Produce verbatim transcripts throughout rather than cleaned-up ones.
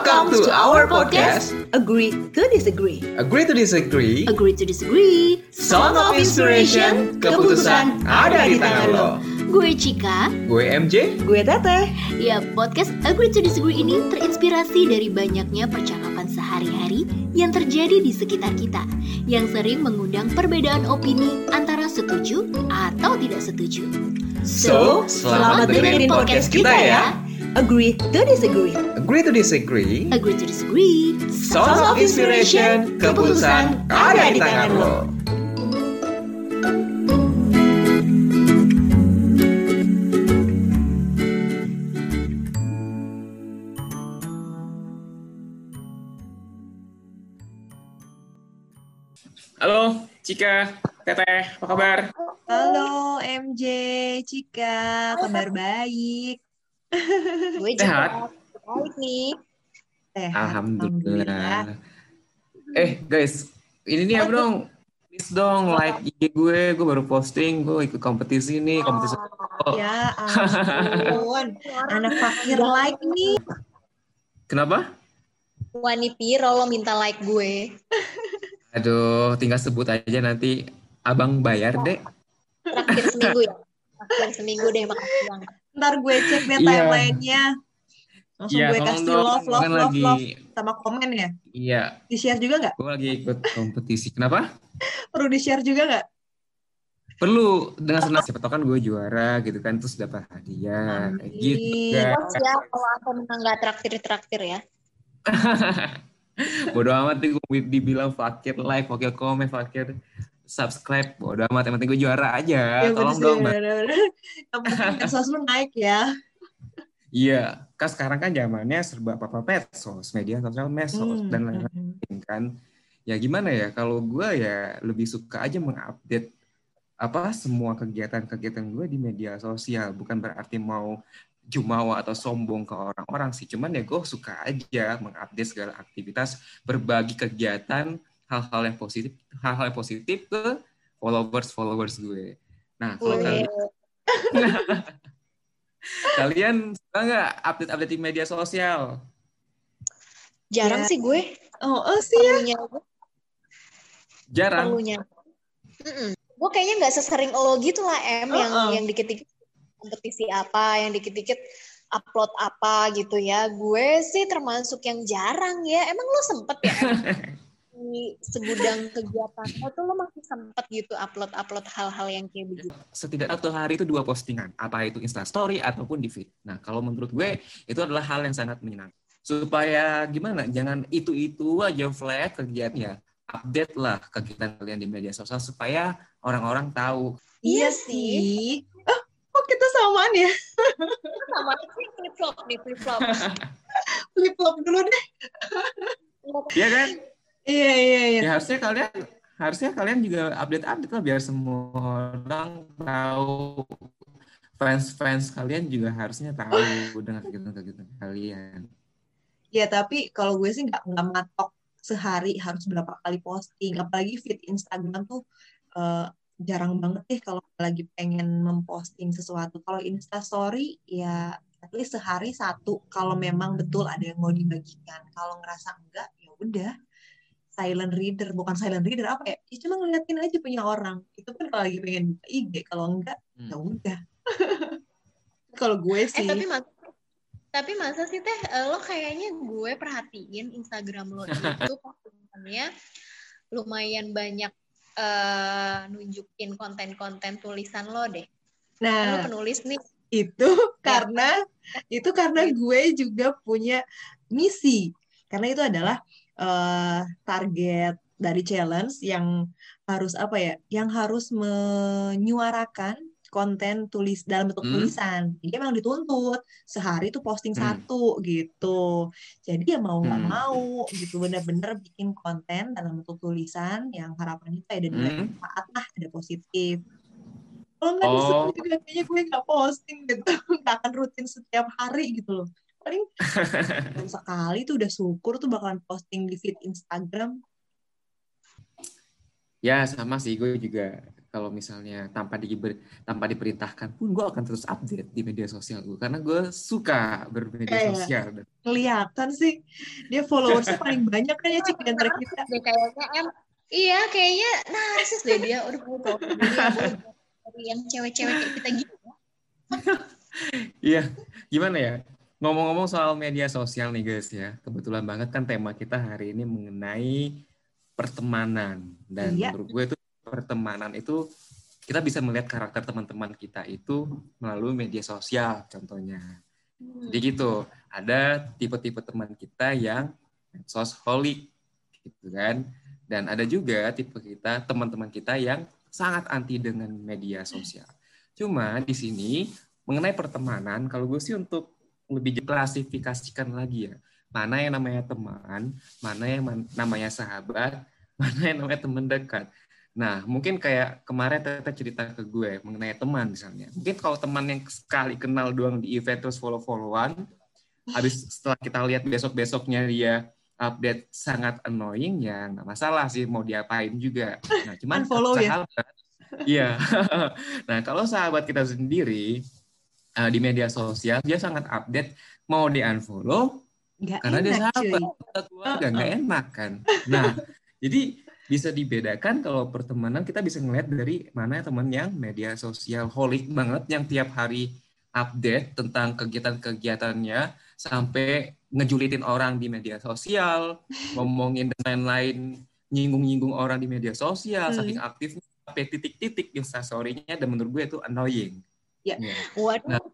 Welcome to our podcast, Agree to Disagree. Agree to Disagree, Agree to Disagree. Song of Inspiration, keputusan ada di tangan lo. Gue Cika. Gue M J. Gue Teteh. Ya, podcast Agree to Disagree ini terinspirasi dari banyaknya percakapan sehari-hari yang terjadi di sekitar kita, yang sering mengundang perbedaan opini antara setuju atau tidak setuju. So, selamat dengerin podcast kita ya. Agree to Disagree. Agree to Disagree, Agree to Disagree. Song of Inspiration, keputusan ada di tangan lo. Halo, Cika, Teteh, apa kabar? Halo M J, Cika, kabar baik. Gue Sehat? baik nih. Sehat, Alhamdulillah. Eh guys, ini nih apa dong? Please dong like I G gue, gue baru posting, gue ikut kompetisi nih, kompetisi. Oh. Ya ampun, anak fakir like nih. Kenapa? Wanita lo minta like gue. Aduh, tinggal sebut aja nanti abang bayar deh. Traktir seminggu ya. Traktir seminggu deh, makasih banget. Ntar gue cek deh Iya. timeline-nya. Langsung Iya, gue tolong kasih dong, love, gue love, kan love, lagi, love. Sama komen ya. Iya, Di-share juga nggak? gue lagi ikut kompetisi. Kenapa? Perlu di-share juga nggak? Perlu, dengan senang. Siapa tau kan gue juara gitu kan, terus dapat hadiah. Kayak Amin. gitu kan. Terus ya, kalau aku menang gak traktir-traktir ya. Bodo amat nih gue dibilang fakir like, fakir komen, fakir subscribe. Bodo amat, yang penting gue juara aja. Ya, Tolong bener dong, sih, Mbak. bener-bener. Yang penting medsos lu naik ya. Iya, kan sekarang kan zamannya serba apa-apa medsos, media sosial medsos, Hmm, dan hmm, lain-lain hmm. kan. Ya gimana ya, kalau gue ya lebih suka aja mengupdate apa semua kegiatan-kegiatan gue di media sosial. Bukan berarti mau jumawa atau sombong ke orang-orang sih. Cuman ya gue suka aja mengupdate segala aktivitas, berbagi kegiatan, hal-hal yang positif, hal-hal yang positif ke followers-followers gue. Nah, kalau Gue kalian kalian suka nggak update-update di media sosial? jarang Ya. sih gue. Oh, oh sih ya. Perlunya. Jarang. Perlunya. Mm-mm. Gue kayaknya gak sesering lo gitu lah, Em. Yang, Uh-uh. yang dikit-dikit kompetisi apa, yang dikit-dikit upload apa gitu ya. Gue sih termasuk yang jarang ya. Emang lo sempet ya, Em? Di segudang kegiatan lo tuh lo masih sempet gitu upload-upload hal-hal yang kayak begitu. Setidaknya satu hari itu dua postingan, apa itu Instastory ataupun di feed. Nah, kalau menurut gue itu adalah hal yang sangat menyenangkan. Supaya gimana? Jangan itu-itu aja flat kegiatannya. Update lah kegiatan kalian di media sosial supaya orang-orang tahu. Iya sih. Oh, kok kita samaan ya? Sama sih flip-flop nih, flip-flop. Flip-flop dulu deh. Iya kan? Iya, iya, iya. Ya harusnya kalian harusnya kalian juga update-update lah biar semua orang tahu. Fans-fans kalian juga harusnya tahu dengan kegiatan-kegiatan kalian. Ya, tapi kalau gue sih nggak nggak matok sehari harus berapa kali posting. Apalagi feed Instagram tuh eh, jarang banget deh kalau lagi pengen memposting sesuatu. Kalau Instastory ya at least sehari satu. Kalau memang betul ada yang mau dibagikan. Kalau ngerasa enggak, ya udah silent reader. Bukan silent reader apa ya? Ya cuma ngeliatin aja punya orang. Itu kan kalau lagi pengen buka I G. Kalau enggak, Hmm. ya udah. Kalau gue Eh sih. tapi mas, tapi masa sih teh eh, lo kayaknya gue perhatiin Instagram lo itu postingannya lumayan banyak eh, nunjukin konten-konten tulisan lo deh. Kan lo Nah, penulis nih. itu karena itu karena gue juga punya misi. Karena itu adalah eh, target dari challenge yang harus apa ya? Yang harus menyuarakan konten tulis dalam bentuk Hmm. tulisan. Jadi emang dituntut sehari tuh posting Hmm. satu gitu. Jadi ya mau nggak Hmm. mau gitu bener-bener bikin konten dalam bentuk tulisan yang harapannya tuh ada nilai Hmm. manfaat lah, ada positif. Kalau nggak Oh. disuruh juga kayaknya gue nggak posting gitu, nggak akan rutin setiap hari gitu loh. Paling sekali tuh udah syukur tuh bakalan posting di feed Instagram. Ya sama sih, gue juga kalau misalnya tanpa diber, tanpa diperintahkan pun gue akan terus update di media sosial gue karena gue suka bermedia Kayak sosial. kelihatan sih dia followersnya paling banyak kan ya Cik di antara kita. Deh kayaknya em iya kayaknya narsis deh dia. Udah gue tau dia dari yang cewek-cewek kayak kita gitu. Iya, gimana ya? Ngomong-ngomong soal media sosial nih guys ya, kebetulan banget kan tema kita hari ini mengenai pertemanan. Dan Iya. menurut gue itu pertemanan itu kita bisa melihat karakter teman-teman kita itu melalui media sosial contohnya. Hmm. Jadi gitu, ada tipe-tipe teman kita yang sosholic gitu kan. Dan ada juga tipe kita, teman-teman kita yang sangat anti dengan media sosial. Cuma di sini mengenai pertemanan, kalau gue sih untuk lebih diklasifikasikan lagi ya, mana yang namanya teman, mana yang namanya sahabat, mana yang namanya teman dekat. Nah, mungkin kayak kemarin Tete cerita ke gue mengenai teman misalnya. Mungkin kalau teman yang sekali kenal doang di event terus follow-followan, habis setelah kita lihat besok-besoknya dia update sangat annoying, ya nggak masalah sih mau diapain juga. Nah, cuman Unfollow sahabat, iya. Nah, kalau sahabat kita sendiri uh, di media sosial, dia sangat update, mau di-unfollow, Gak karena enak, dia sahabat, cuy. keluarga, nggak uh-uh. enak kan. Nah, jadi bisa dibedakan kalau pertemanan kita bisa ngeliat dari mana teman yang media sosial holic banget, yang tiap hari update tentang kegiatan-kegiatannya, sampai ngejulitin orang di media sosial, ngomongin dan lain-lain, nyinggung-nyinggung orang di media sosial, hmm. saking aktifnya, sampai titik-titik instastory-nya, dan menurut gue itu annoying. Ya. Ya. Waduh. Nah,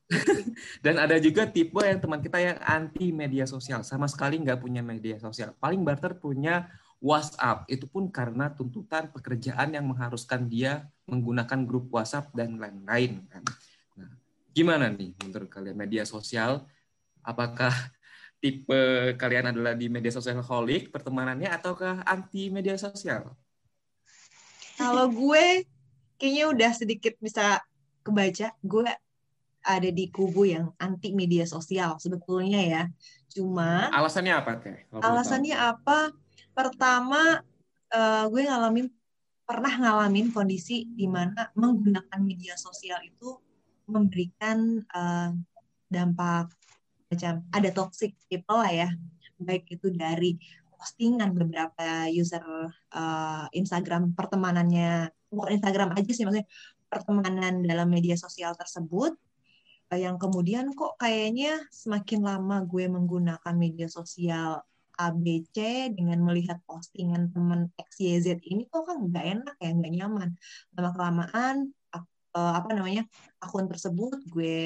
dan ada juga tipe yang teman kita yang anti media sosial, sama sekali nggak punya media sosial. Paling barter punya WhatsApp, itu pun karena tuntutan pekerjaan yang mengharuskan dia menggunakan grup WhatsApp dan lain-lain. Nah, gimana nih menurut kalian media sosial? Apakah tipe kalian adalah di media sosial holic pertemanannya ataukah anti media sosial? Kalau gue kayaknya udah sedikit bisa kebaca, gue ada di kubu yang anti media sosial sebetulnya ya. Cuma alasannya apa teh? Alasannya apa? Pertama, uh, gue ngalamin pernah ngalamin kondisi di mana menggunakan media sosial itu memberikan uh, dampak macam ada toxic people lah ya, baik itu dari postingan beberapa user uh, Instagram pertemanannya, bukan Instagram aja sih maksudnya pertemanan dalam media sosial tersebut, uh, yang kemudian kok kayaknya semakin lama gue menggunakan media sosial A B C dengan melihat postingan teman X Y Z ini kok kan nggak enak ya, nggak nyaman. Lama-kelamaan uh, apa namanya akun tersebut gue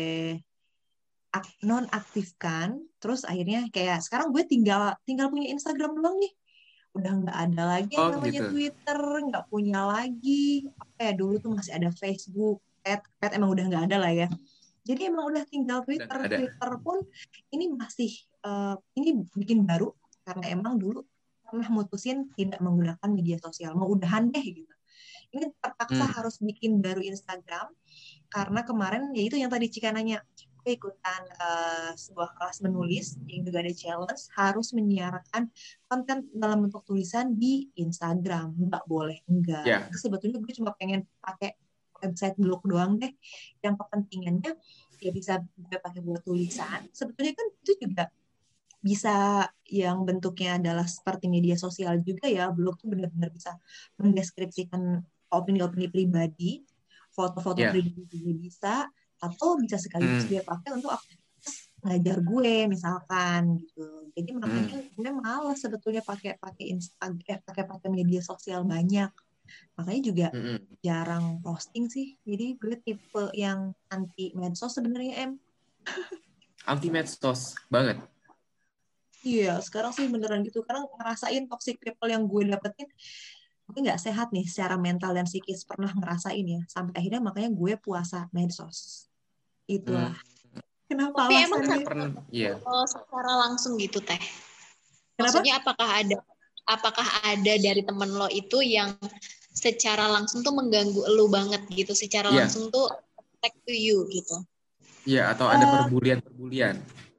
nonaktifkan, terus akhirnya kayak sekarang gue tinggal tinggal punya Instagram doang nih, udah nggak ada lagi yang oh, namanya gitu. Twitter, nggak punya lagi. Kayak dulu tuh masih ada Facebook, pet pet emang udah nggak ada lah ya. Jadi emang udah tinggal Twitter. Twitter pun ini masih uh, ini bikin baru karena emang dulu pernah mutusin tidak menggunakan media sosial, mau udahan deh gitu. Ini terpaksa hmm. harus bikin baru Instagram karena kemarin ya itu yang tadi Cika nanya, gue ikutan uh, sebuah kelas menulis yang juga ada challenge, harus menyiarkan konten dalam bentuk tulisan di Instagram. Nggak boleh enggak. Yeah. Itu sebetulnya gue cuma pengen pakai website blog doang deh, yang kepentingannya ya bisa gue pakai buat tulisan. Sebetulnya kan itu juga bisa yang bentuknya adalah seperti media sosial juga ya. Blog tuh benar-benar bisa mendeskripsikan opini-opini pribadi, foto-foto yeah. pribadi juga bisa, atau bisa sekaligus hmm. dia pakai untuk aktivitas ngajar gue misalkan gitu. Jadi makanya hmm. gue malas sebetulnya pakai pakai Instagram, eh, pakai pakai media sosial banyak. Makanya juga hmm. jarang posting sih. Jadi gue tipe yang anti medsos sebenarnya, Em. Anti medsos banget. Iya, sekarang sih beneran gitu. Karena ngerasain toxic people yang gue dapetin, gue nggak sehat nih secara mental dan psikis, pernah ngerasain ya. Sampai akhirnya makanya gue puasa medsos. Itulah. Hmm. Kenapa tapi emang pernah, iya. Oh, secara langsung gitu Teh. Kenapa? Maksudnya apakah ada apakah ada dari temen lo itu yang secara langsung tuh mengganggu lo banget gitu, secara yeah. langsung tuh attack to you gitu? Iya, yeah, atau ada uh, perbulian-perbulian.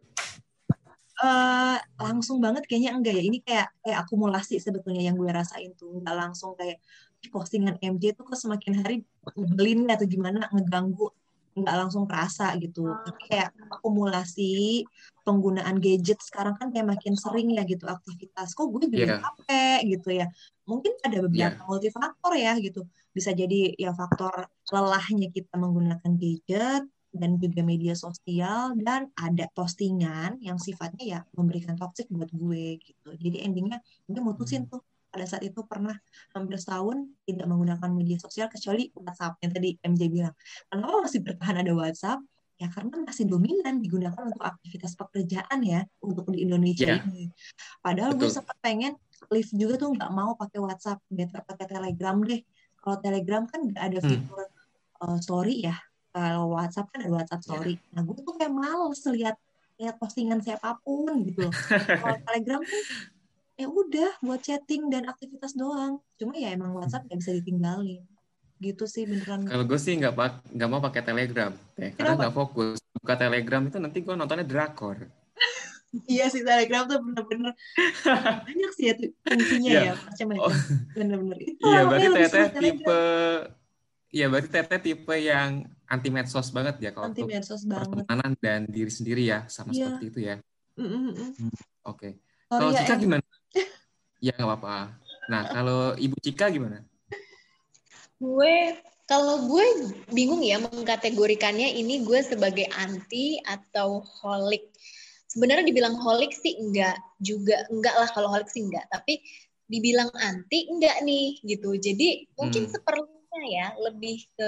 Uh, langsung banget kayaknya enggak ya. Ini kayak kayak akumulasi sebetulnya yang gue rasain tuh. Enggak langsung kayak postingan M J tuh kok semakin hari ngebelin atau gimana, ngeganggu, nggak langsung kerasa gitu. Tapi kayak akumulasi penggunaan gadget sekarang kan kayak makin sering ya gitu aktivitas. Kok gue jadi Iya, capek gitu ya. Mungkin ada beberapa iya. multifaktor ya gitu. Bisa jadi ya faktor lelahnya kita menggunakan gadget dan juga media sosial, dan ada postingan yang sifatnya ya memberikan toxic buat gue gitu. Jadi endingnya gue mutusin tuh pada saat itu pernah hampir setahun tidak menggunakan media sosial kecuali WhatsApp yang tadi M J bilang. Kenapa masih bertahan ada WhatsApp? Ya karena masih dominan digunakan untuk aktivitas pekerjaan ya untuk di Indonesia Iya, ini. Padahal gue betul. sempat pengen live juga tuh nggak mau pakai WhatsApp, better pakai Telegram deh. Kalau Telegram kan nggak ada Hmm. fitur uh, story ya. Kalau WhatsApp kan ada WhatsApp Iya. story. Nah gue tuh kayak males lihat lihat postingan siapapun gitu loh. Kalau Telegram kan ya udah buat chatting dan aktivitas doang. Cuma ya emang WhatsApp nggak bisa ditinggalin. Gitu sih beneran. Kalau gue sih nggak pak nggak mau pakai Telegram, ya, karena Kenapa? nggak fokus. Buka Telegram itu nanti gue nontonnya drakor. Iya sih, Telegram tuh bener-bener banyak sih ya tuh fungsinya ya, Iya. Oh, macam-macam. Bener-bener. iya, Itulah berarti makanya lebih Teteh suka tipe, Telegram. iya berarti Teteh tipe yang anti medsos banget ya kalau Anti untuk medsos banget. pertemanan dan diri sendiri ya, sama Iya. seperti itu ya. Mm-mm-mm. Hmm, Oke. Sorry Kalau ya, Cika Em. gimana? Ya nggak apa-apa. Nah, kalau Ibu Cika gimana? Gue kalau gue bingung ya mengkategorikannya ini gue sebagai anti atau holik. Sebenarnya dibilang holik sih enggak juga, enggak lah kalau holik sih enggak, tapi dibilang anti enggak nih gitu. Jadi mungkin Hmm. seperlunya ya lebih ke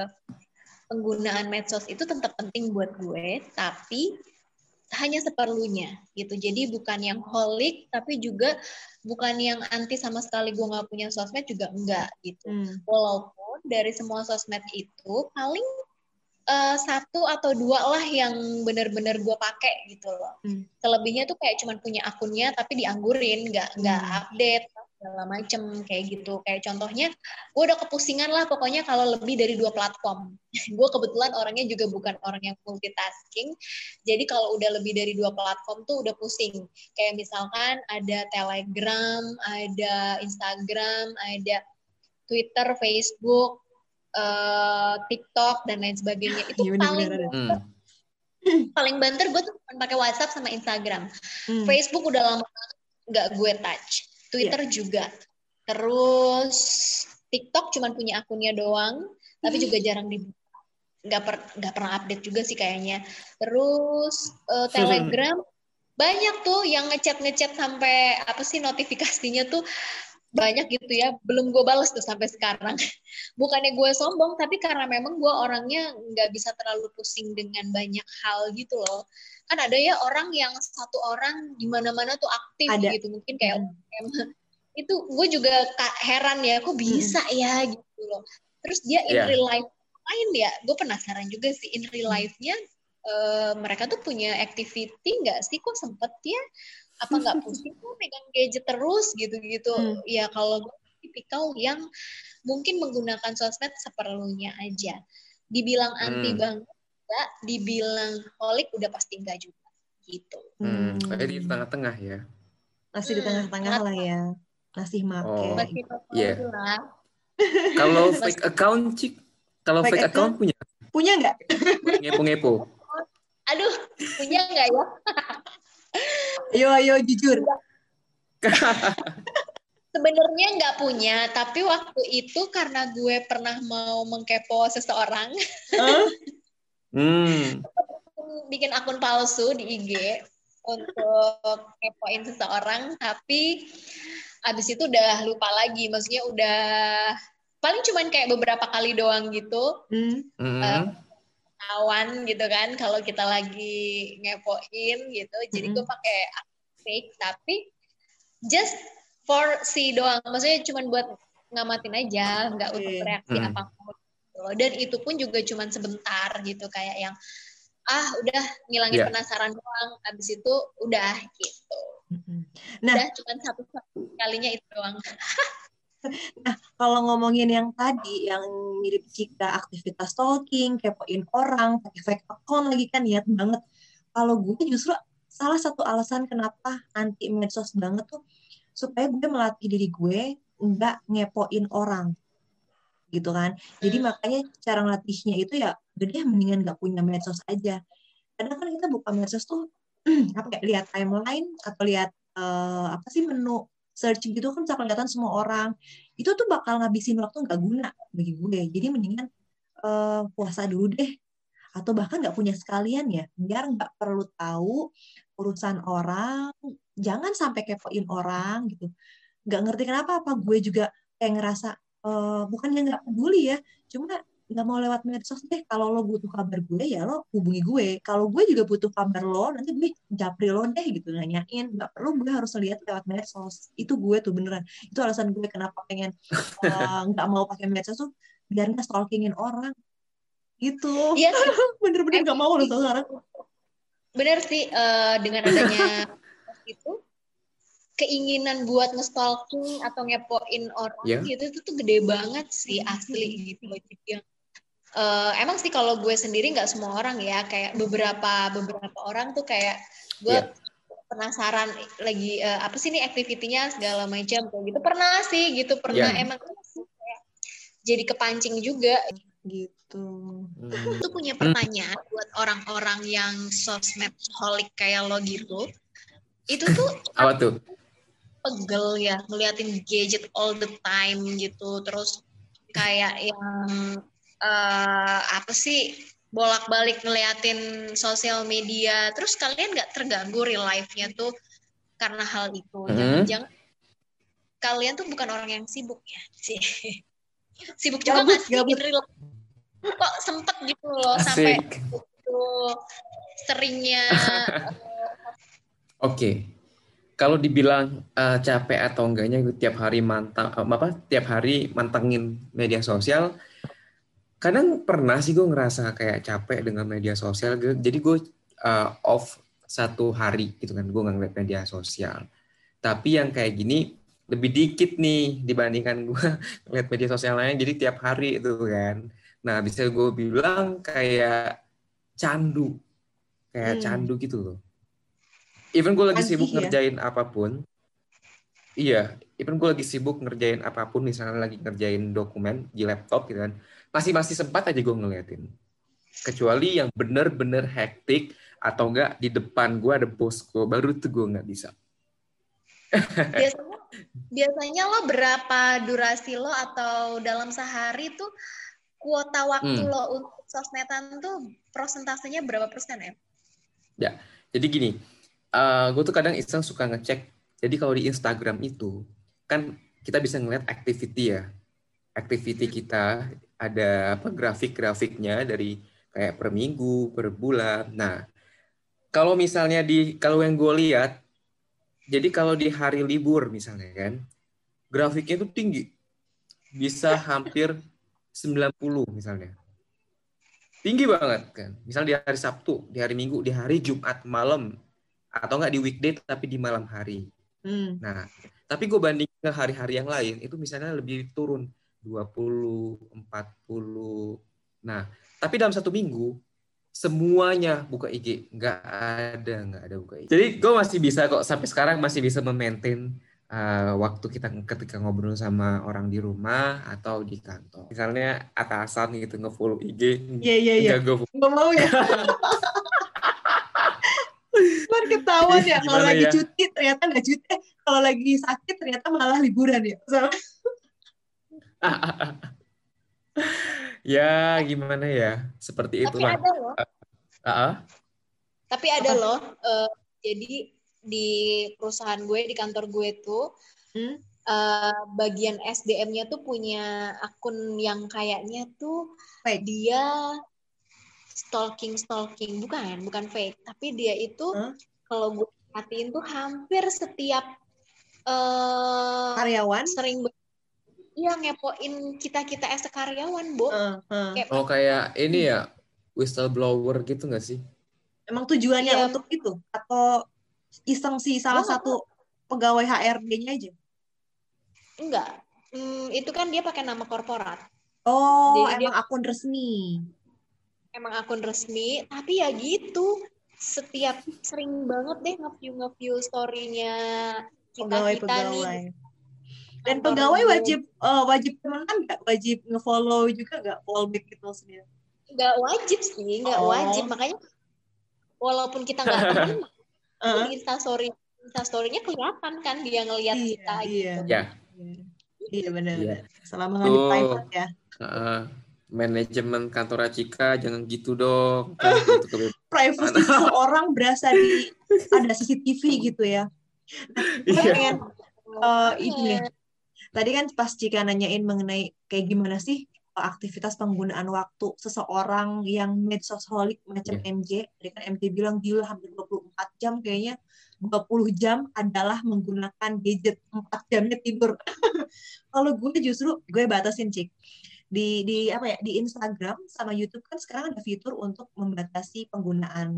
penggunaan medsos itu tetap penting buat gue, tapi hanya seperlunya gitu. Jadi bukan yang holik, tapi juga bukan yang anti sama sekali gue nggak punya sosmed juga enggak gitu. Hmm. Walaupun dari semua sosmed itu paling uh, satu atau dua lah yang benar-benar gue pakai gitu loh. Hmm. Selebihnya tuh kayak cuman punya akunnya tapi dianggurin, nggak nggak Hmm. update segala macem kayak gitu. Kayak contohnya, gue udah kepusingan lah pokoknya kalau lebih dari dua platform. Gue kebetulan orangnya juga bukan orang yang multitasking, jadi kalau udah lebih dari dua platform tuh udah pusing. Kayak misalkan ada Telegram, ada Instagram, ada Twitter, Facebook, uh, TikTok dan lain sebagainya. Itu Iya, paling bener-bener ada. Hmm. paling banter gue tuh cuma pakai WhatsApp sama Instagram. Hmm. Facebook udah lama banget nggak gue touch. Twitter Iya. juga. Terus TikTok cuma punya akunnya doang, tapi juga jarang dibuka. Nggak, per, nggak pernah update juga sih kayaknya. Terus uh, Telegram banyak tuh yang ngechat-ngechat sampai apa sih notifikasinya tuh banyak gitu ya, belum gue balas tuh sampai sekarang. Bukannya gue sombong, tapi karena memang gue orangnya nggak bisa terlalu pusing dengan banyak hal gitu loh. Kan ada ya orang yang satu orang di mana-mana tuh aktif Ada. gitu, mungkin kayak Hmm. itu gue juga heran ya, kok bisa hmm. ya gitu loh. Terus dia in Yeah. real life lain ya, gue penasaran juga sih in real life-nya uh, mereka tuh punya activity nggak sih, kok sempet ya apa nggak pusing tuh megang gadget terus gitu-gitu. Hmm. Ya kalau gue tipikal yang mungkin menggunakan sosmed seperlunya aja. Dibilang hmm. anti banget enggak, dibilang holik udah pasti enggak juga gitu. Hmm, kayak di tengah-tengah ya. Masih di tengah-tengah hmm, lah ya. Masih make. Oh, masih iya. Yeah. Kalau fake account, Cik, kalau fake, fake account, account punya? Punya nggak? Ngepo-ngepo. Aduh, punya nggak ya? Ayo, ayo, jujur. Sebenarnya nggak punya, tapi waktu itu karena gue pernah mau mengkepo seseorang, huh? hmm. bikin akun palsu di I G untuk kepoin seseorang, tapi abis itu udah lupa lagi. Maksudnya udah paling cuman kayak beberapa kali doang gitu. Hmm. Uh, kawan gitu kan, kalau kita lagi ngepoin gitu. Jadi mm-hmm. gue pakai fake, tapi just for si doang. Maksudnya cuma buat ngamatin aja, nggak okay. untuk reaksi mm. apapun. Gitu. Dan itu pun juga cuma sebentar gitu, kayak yang ah udah ngilangin yeah. penasaran doang. Abis itu udah gitu. Mm-hmm. Nah, udah cuma satu kalinya itu doang. Nah, kalau ngomongin yang tadi, yang mirip Cika, aktivitas stalking, kepoin orang, pakai fake account lagi kan niat banget. Kalau gue justru salah satu alasan kenapa anti medsos banget tuh, supaya gue melatih diri gue nggak ngepoin orang gitu kan. Jadi makanya cara ngelatihnya itu ya gede mendingan nggak punya medsos aja. Karena kan kita buka medsos tuh apa kayak lihat timeline atau lihat uh, apa sih menu search gitu kan bisa kelihatan semua orang. Itu tuh bakal ngabisin waktu nggak guna bagi gue. Jadi mendingan uh, puasa dulu deh. Atau bahkan nggak punya sekalian ya. Biar nggak perlu tahu urusan orang. Jangan sampai kepoin orang gitu. Nggak ngerti kenapa apa gue juga kayak ngerasa uh, bukannya nggak peduli ya. Cuma nggak mau lewat medsos deh. Kalau lo butuh kabar gue ya lo hubungi gue. Kalau gue juga butuh kabar lo, nanti gue japri lo deh gitu nanyain. Nggak perlu gue harus lihat lewat medsos. Itu gue tuh beneran. Itu alasan gue kenapa pengen uh, nggak mau pakai medsos tuh biar nggak stalkingin orang. Gitu. Iya sih. Bener-bener nggak mau lo sekarang. Bener sih uh, dengan adanya itu keinginan buat nge-stalking atau ngepoin orang yeah. gitu itu tuh gede banget sih asli gitu. Yang Uh, emang sih kalau gue sendiri nggak semua orang ya, kayak beberapa beberapa orang tuh kayak gue yeah. penasaran lagi uh, apa sih nih aktivitinya segala macam kayak gitu pernah sih gitu pernah yeah. emang kayak jadi kepancing juga gitu. Hmm. Tuh punya pertanyaan buat orang-orang yang sosmedholic kayak lo gitu, itu tuh apa tuh? Pegel ya ngeliatin gadget all the time gitu, terus kayak yang Uh, apa sih bolak-balik ngeliatin sosial media, terus kalian nggak terganggu real life-nya tuh karena hal itu? Mm-hmm. Jangan-jangan kalian tuh bukan orang yang sibuk ya sih? Sibuk juga nggak sih in real? Kok sempet gitu loh Asik. Sampai itu seringnya? Oke, okay. Kalau dibilang uh, capek atau enggaknya tiap hari mantang uh, apa? Tiap hari mantengin media sosial. Kadang pernah sih gue ngerasa kayak capek dengan media sosial, jadi gue uh, off satu hari gitu kan, gue nggak ngeliat media sosial. Tapi yang kayak gini lebih dikit nih dibandingkan gue ngeliat media sosial lain, jadi tiap hari itu kan. Nah bisa gue bilang kayak candu, kayak hmm. candu gitu loh. Even gue lagi Anji, sibuk ya? ngerjain apapun, iya, even gue lagi sibuk ngerjain apapun, misalnya lagi ngerjain dokumen di laptop gitu kan, masih masih sempat aja gue ngeliatin. Kecuali yang bener-bener hektik atau enggak di depan gue ada bosku, baru tuh gue nggak bisa. biasanya, biasanya lo berapa durasi lo atau dalam sehari tuh kuota waktu hmm. lo untuk sosmedan tuh prosentasenya berapa persen ya? Ya, jadi gini, uh, gue tuh kadang iseng suka ngecek. Jadi kalau di Instagram itu kan kita bisa ngeliat activity ya, activity kita. Ada apa grafik-grafiknya dari kayak per minggu, per bulan. Nah, kalau misalnya di kalau yang gue lihat, jadi kalau di hari libur misalnya kan, grafiknya itu tinggi, bisa hampir sembilan puluh misalnya, tinggi banget kan. Misal di hari Sabtu, di hari Minggu, di hari Jumat malam, atau nggak di weekday tapi di malam hari. Hmm. Nah, tapi gue bandingin ke hari-hari yang lain, itu misalnya lebih turun. dua puluh, empat puluh. Nah, tapi dalam satu minggu semuanya buka I G, nggak ada, nggak ada buka I G. Jadi gue masih bisa kok sampai sekarang masih bisa memaintain uh, waktu kita ketika ngobrol sama orang di rumah atau di kantor. Misalnya atasan gitu nge-follow I G, iya iya iya, nggak mau ya. Cuman ketahuan ya kalau lagi ya? Cuti ternyata nggak cuti, eh, kalau lagi sakit ternyata malah liburan ya. So, ya gimana ya, seperti itulah. Tapi ada loh. Uh-uh. Tapi ada Apa? loh. Uh, jadi di perusahaan gue, di kantor gue tuh hmm? uh, bagian S D M-nya tuh punya akun yang kayaknya tuh fake. Dia stalking stalking bukan, bukan fake. Tapi dia itu huh? kalau gue perhatiin tuh hampir setiap uh, karyawan sering iya ngepoin kita-kita as karyawan, Bo. Uh, uh. Kayak, oh, kayak ini ya, whistleblower gitu nggak sih? Emang tujuannya iya. untuk itu? Atau iseng sih salah oh, satu pegawai H R D-nya aja? Enggak. Hmm, itu kan dia pakai nama korporat. Oh, jadi emang dia, akun resmi. Emang akun resmi, tapi ya gitu. Setiap sering banget deh nge-view nge-view story-nya kita-kita nih. Dan kantor pegawai gue. wajib uh, wajib temenan nggak? Wajib nge-follow juga nggak? Follow back gitu maksudnya? Nggak wajib sih, nggak Oh. wajib. Makanya walaupun kita nggak temen, Uh-huh. di instastory instastory-nya kelihatan kan dia ngelihat Iya, kita iya. gitu. Ya, Iya benar-benar. Iya. Selama nggak di tuh private ya. uh, manajemen kantor Acika jangan gitu dong, kan gitu kebebasan. Privacy seseorang berasa di ada C C T V gitu ya. Nah, gue Iya. pengen uh, ini nih. Tadi kan pas Cika nanyain mengenai kayak gimana sih aktivitas penggunaan waktu seseorang yang medsosholik macam Yeah. M J. Tadi kan M J bilang gila hampir dua puluh empat jam, kayaknya dua puluh jam adalah menggunakan gadget, empat jamnya tidur. Kalau gue justru gue batasin, Cik. Di di apa ya, di Instagram sama YouTube kan sekarang ada fitur untuk membatasi penggunaan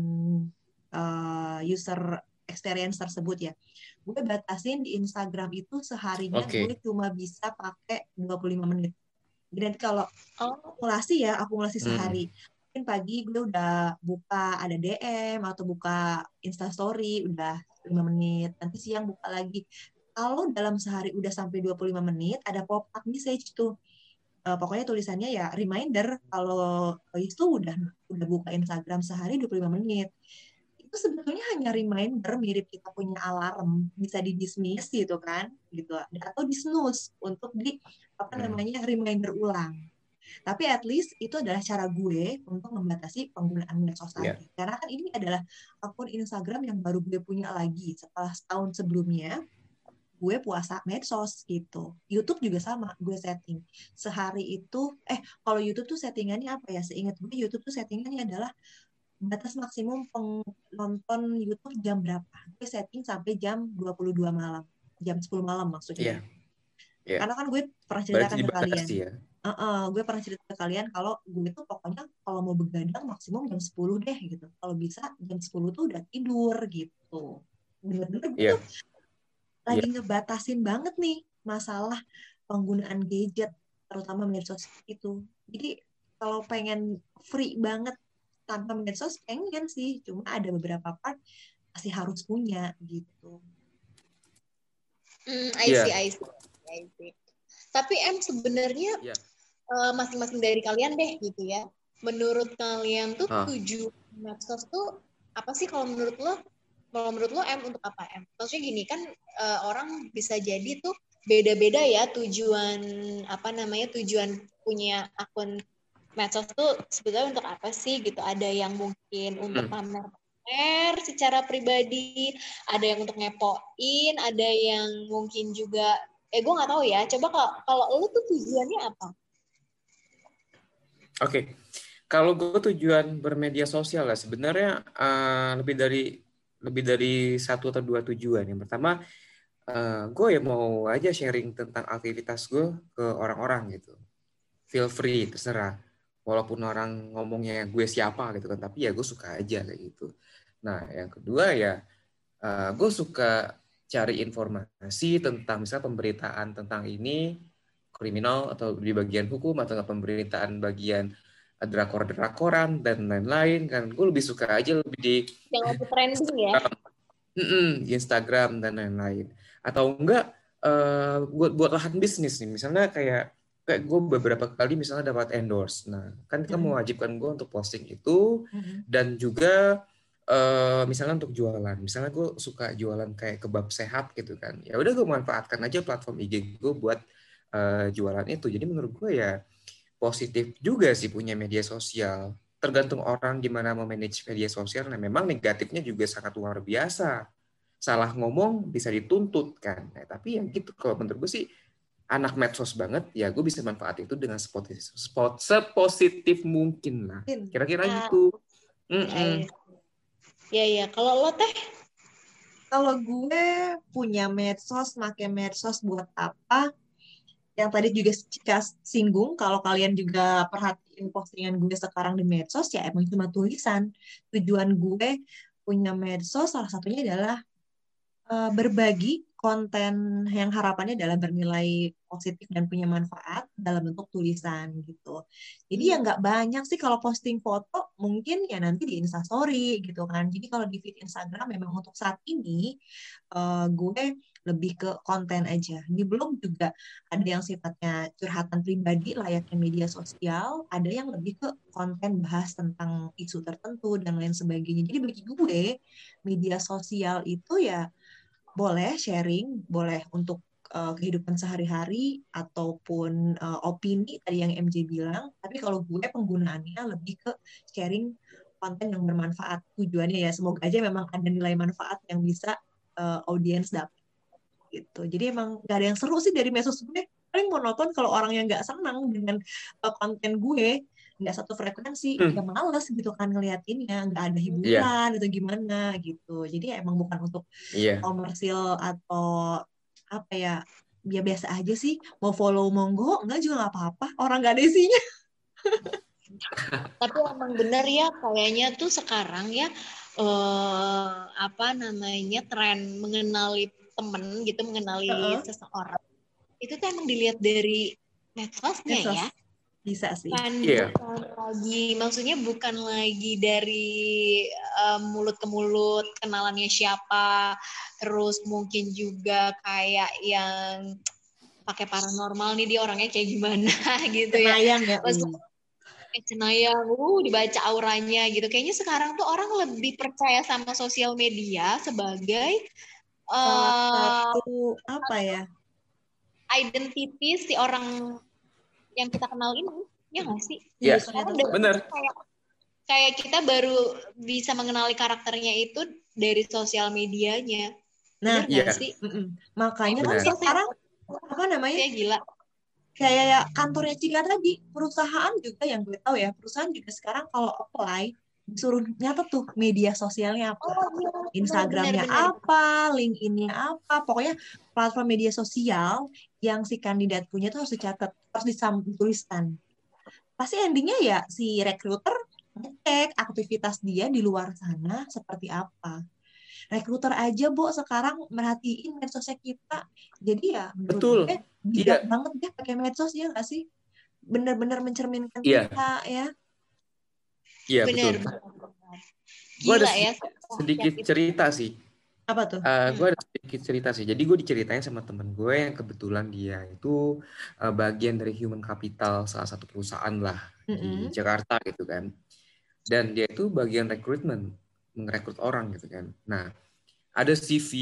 uh, user experience tersebut ya. Gue batasin di Instagram itu seharinya Oke. gue cuma bisa pakai dua puluh lima menit. Dan kalau Oh, akumulasi ya, akumulasi Hmm. sehari. Mungkin pagi gue udah buka ada D M atau buka Instastory udah lima menit. Nanti siang buka lagi. Kalau dalam sehari udah sampai dua puluh lima menit, ada pop-up message tuh. Uh, pokoknya tulisannya ya reminder kalau itu udah udah buka Instagram sehari dua puluh lima menit. Itu sebetulnya hanya reminder, mirip kita punya alarm, bisa di dismiss gitu kan, gitu, atau di snooze untuk di apa Hmm. namanya reminder ulang. Tapi at least itu adalah cara gue untuk membatasi penggunaan medsos Iya. tadi. Karena kan ini adalah akun Instagram yang baru gue punya lagi setelah setahun sebelumnya gue puasa medsos gitu. YouTube juga sama, gue setting sehari itu, eh kalau YouTube tuh settingannya apa ya? Seingat gue YouTube tuh settingannya adalah batas maksimum penonton YouTube jam berapa. Gue setting sampai jam dua puluh dua malam, jam sepuluh malam maksudnya. Iya. Iya. Karena kan gue pernah Berarti ceritakan ke kalian. dibatasi ya. Uh-uh, gue pernah cerita ke kalian kalau gue tuh pokoknya kalau mau begadang maksimum jam sepuluh deh gitu. Kalau bisa jam sepuluh tuh udah tidur gitu. Bener-bener gue Iya. tuh lagi ngebatasin banget nih masalah penggunaan gadget, terutama medsos itu. Jadi kalau pengen free banget tanpa medsos, pengen sih. Cuma ada beberapa part masih harus punya gitu. Hmm, I Iya. see, I see, I see. Tapi em sebenarnya Iya. eh, masing-masing dari kalian deh gitu ya. Menurut kalian tuh Ah. tujuan medsos tuh apa sih kalau menurut lo? Kalau menurut lo em untuk apa em? Maksudnya gini kan eh, orang bisa jadi tuh beda-beda ya tujuan apa namanya tujuan punya akun medsos tuh sebetulnya untuk apa sih gitu? Ada yang mungkin untuk Hmm. pamer secara pribadi, ada yang untuk ngepoin, ada yang mungkin juga eh gue nggak tahu ya. Coba kalau kalau lo tuh tujuannya apa? Oke, kalau gue tujuan bermedia sosial lah sebenarnya uh, lebih dari lebih dari satu atau dua tujuan. Yang pertama, uh, gue ya mau aja sharing tentang aktivitas gue ke orang-orang gitu. Feel free, terserah. Walaupun orang ngomongnya gue siapa gitu kan, tapi ya gue suka aja kayak gitu. Nah, yang kedua ya, uh, gue suka cari informasi tentang misalnya pemberitaan tentang ini, kriminal atau di bagian hukum atau pemberitaan bagian drakor-drakoran dan lain-lain kan. Gue lebih suka aja lebih di Yang lagi trending ya? Mm-mm, di Instagram dan lain-lain. Atau enggak uh, buat buat lahan bisnis nih. Misalnya kayak kayak gue beberapa kali misalnya dapat endorse. Nah, kan kamu mewajibkan gue untuk posting itu dan juga uh, misalnya untuk jualan. Misalnya gue suka jualan kayak kebab sehat gitu kan. Ya udah gue manfaatkan aja platform I G gue buat uh, jualan itu. Jadi menurut gue ya positif juga sih punya media sosial. Tergantung orang gimana mau manage media sosial. Nah, memang negatifnya juga sangat luar biasa. Salah ngomong bisa dituntut kan. Nah, tapi ya gitu. Kalau menurut gue sih anak medsos banget, ya gue bisa manfaat itu dengan sepositif, sepositif mungkin lah. Kira-kira Nah, gitu. Ya ya. Kalau lo teh? Kalau gue punya medsos, make medsos buat apa? Yang tadi juga Cika singgung, kalau kalian juga perhatiin postingan gue sekarang di medsos, ya emang cuma tulisan. Tujuan gue punya medsos salah satunya adalah uh, berbagi konten yang harapannya adalah bernilai positif dan punya manfaat dalam bentuk tulisan gitu. Jadi ya nggak banyak sih kalau posting foto, mungkin ya nanti di Instastory gitu kan. Jadi kalau di feed Instagram memang untuk saat ini uh, gue lebih ke konten aja. Di blog juga ada yang sifatnya curhatan pribadi layaknya media sosial, ada yang lebih ke konten bahas tentang isu tertentu dan lain sebagainya. Jadi bagi gue media sosial itu ya boleh sharing, boleh untuk uh, kehidupan sehari-hari ataupun uh, opini tadi yang M J bilang, tapi kalau gue penggunaannya lebih ke sharing konten yang bermanfaat. Tujuannya ya semoga aja memang ada nilai manfaat yang bisa uh, audiens dapat gitu. Jadi emang gak ada yang seru sih dari medsos gue. Paling monoton kalau orang yang gak senang dengan uh, konten gue, nggak satu frekuensi, Hmm. ya males gitu kan ngeliatinnya, nggak ada hiburan Iya. atau gimana gitu. Jadi emang bukan untuk Iya. komersil atau apa ya, ya biasa aja sih. Mau follow monggo, enggak juga nggak apa-apa. Orang nggak ada isinya. Tapi emang bener ya, kayaknya tuh sekarang ya eh, apa namanya tren mengenali temen gitu, mengenali Uh-uh. seseorang itu tuh emang dilihat dari medsosnya Medsos. ya. Bisa sih. Bukan, Iya. bukan lagi, maksudnya bukan lagi dari uh, mulut ke mulut, kenalannya siapa, terus mungkin juga kayak yang pakai paranormal nih dia orangnya kayak gimana gitu ya. Cenayang ya. Terus Uh. eh, cenayang, uh, dibaca auranya gitu. Kayaknya sekarang tuh orang lebih percaya sama sosial media sebagai Salah uh, satu apa ya? identity si orang yang kita kenal ini, ya nggak sih? Iya, Sekarang benar. kayak kayak kita baru bisa mengenali karakternya itu dari sosial medianya. Nah, Bener nggak Iya. sih? mm-mm. Makanya kan Benar. sekarang apa namanya? Kayak gila. Kayak kantornya Cika tadi, perusahaan juga yang gue tahu ya, perusahaan juga sekarang kalau apply disuruh nyatet tuh media sosialnya apa, Oh iya, Instagramnya benar-benar. apa, LinkedIn-nya apa, pokoknya platform media sosial yang si kandidat punya tuh harus dicatat, harus dituliskan. Pasti endingnya ya si recruiter ngecek aktivitas dia di luar sana seperti apa. Recruiter aja, Bo, sekarang merhatiin medsosnya kita. Jadi ya menurut Betul. gue bijak Iya. banget ya pakai medsos, ya nggak sih? Benar-benar mencerminkan Iya. kita ya. Iya, Bener, betul. bener. Gue ada Gila ya. sedikit cerita sih. Apa tuh? Uh, gue ada sedikit cerita sih. Jadi gue diceritain sama temen gue yang kebetulan dia itu uh, bagian dari human capital salah satu perusahaan lah Mm-mm. di Jakarta gitu kan. Dan dia itu bagian rekrutmen, merekrut orang gitu kan. Nah, ada C V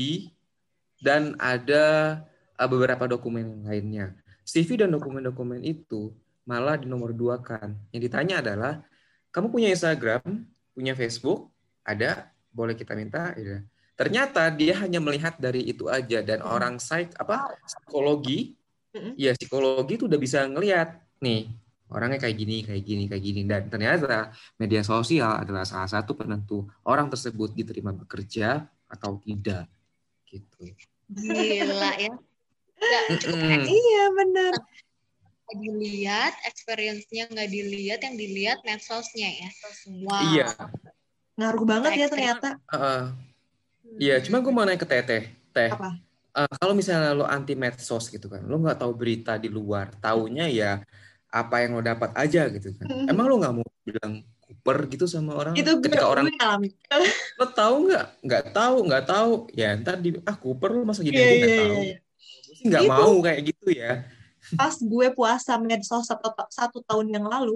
dan ada uh, beberapa dokumen yang lainnya. C V dan dokumen-dokumen itu malah dinomor dua kan. Yang ditanya adalah, kamu punya Instagram, punya Facebook, ada, boleh kita minta, ya. Ternyata dia hanya melihat dari itu aja dan mm-hmm. orang psych apa psikologi, mm-hmm. ya psikologi itu udah bisa ngelihat nih orangnya kayak gini, kayak gini, kayak gini, dan ternyata media sosial adalah salah satu penentu orang tersebut diterima bekerja atau tidak, gitu. Gila ya. Nggak cukup iya benar. Nggak dilihat, experience-nya nggak dilihat, yang dilihat medsosnya ya. Wow. Iya. Ngaruh banget ya ternyata. Uh, Iya, cuma gue mau nanya ke Teteh. Teh, apa? Uh, kalau misalnya lo anti medsos gitu kan, lo nggak tahu berita di luar, taunya ya apa yang lo dapat aja gitu kan. Mm-hmm. Emang lo nggak mau bilang kuper gitu sama orang? Itu gue, ketika orang gue alami. Lo tahu nggak? Nggak tahu, nggak tahu. Ya ntar di ah kuper lo masa gini yeah, aja nggak yeah, tahu. Yeah. Gue sih nggak mau kayak gitu ya. Pas gue puasa medsos satu, satu tahun yang lalu,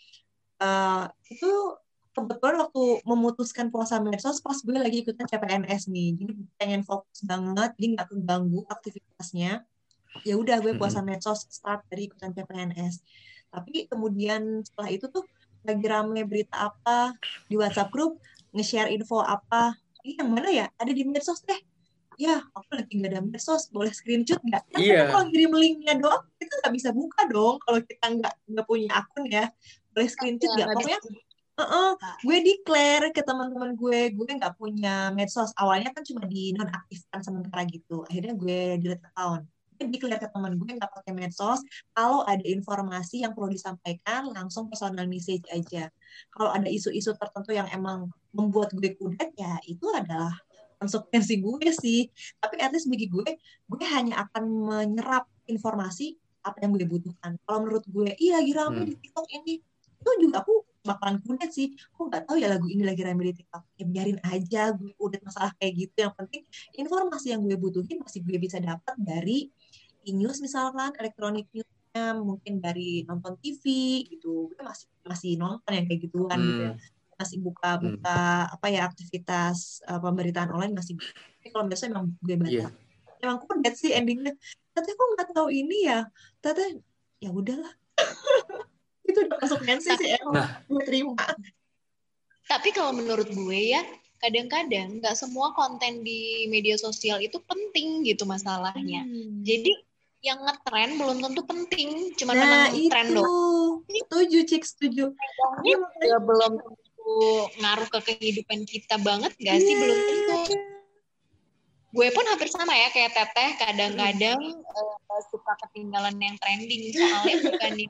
uh, itu kebetulan waktu memutuskan puasa medsos pas gue lagi ikutan C P N S nih, jadi pengen fokus banget, jadi nggak keganggu aktivitasnya. Ya udah gue puasa medsos start dari ikutan C P N S. Tapi kemudian setelah itu tuh lagi rame berita apa di WhatsApp grup, nge-share info apa, ini yang mana ya? Ada di medsos deh. Ya, aku lagi nggak ada medsos, boleh screenshot nggak? Kan iya. Kalau ngirim linknya doang, kita nggak bisa buka dong. Kalau kita nggak nggak punya akun ya, boleh screenshot nggak? Pokoknya Uh-uh. gue declare ke teman-teman gue, gue nggak punya medsos. Awalnya kan cuma dinonaktifkan sementara gitu. Akhirnya gue delete account. Gue declare ke teman gue nggak pakai medsos. Kalau ada informasi yang perlu disampaikan, langsung personal message aja. Kalau ada isu-isu tertentu yang emang membuat gue kudet, ya itu adalah konsekuensi gue sih. Tapi at least bagi gue, gue hanya akan menyerap informasi apa yang gue butuhkan. Kalau menurut gue, iya lagi rame hmm. di TikTok ini, itu juga aku bakalan kudet sih. Kok nggak tahu ya lagu ini lagi rame di TikTok. Ya biarin aja, gue udah masalah kayak gitu. Yang penting informasi yang gue butuhin masih gue bisa dapat dari e-news misalkan, elektronik newsnya, mungkin dari nonton T V gitu. Gue masih masih nonton yang kayak gituan Hmm. gitu ya. Masih buka-buka apa ya aktivitas uh, pemberitaan online masih. Tapi kalau biasa emang gue baca. Iya. Emang kudet sih endingnya. Tapi kok nggak tahu ini ya. Tapi ya udahlah. Itu udah masuk mensi sih emang Nah. gue terima. Tapi kalau menurut gue ya, kadang-kadang nggak semua konten di media sosial itu penting gitu masalahnya. Hmm. Jadi yang ngetren belum tentu penting, cuma Nah menang tren itu, doang. setuju Cik, setuju. Ini juga belum tentu ngaruh ke kehidupan kita banget nggak sih? Belum tentu. Gue pun hampir sama ya kayak Teteh, kadang-kadang uh, suka ketinggalan yang trending, soalnya bukannya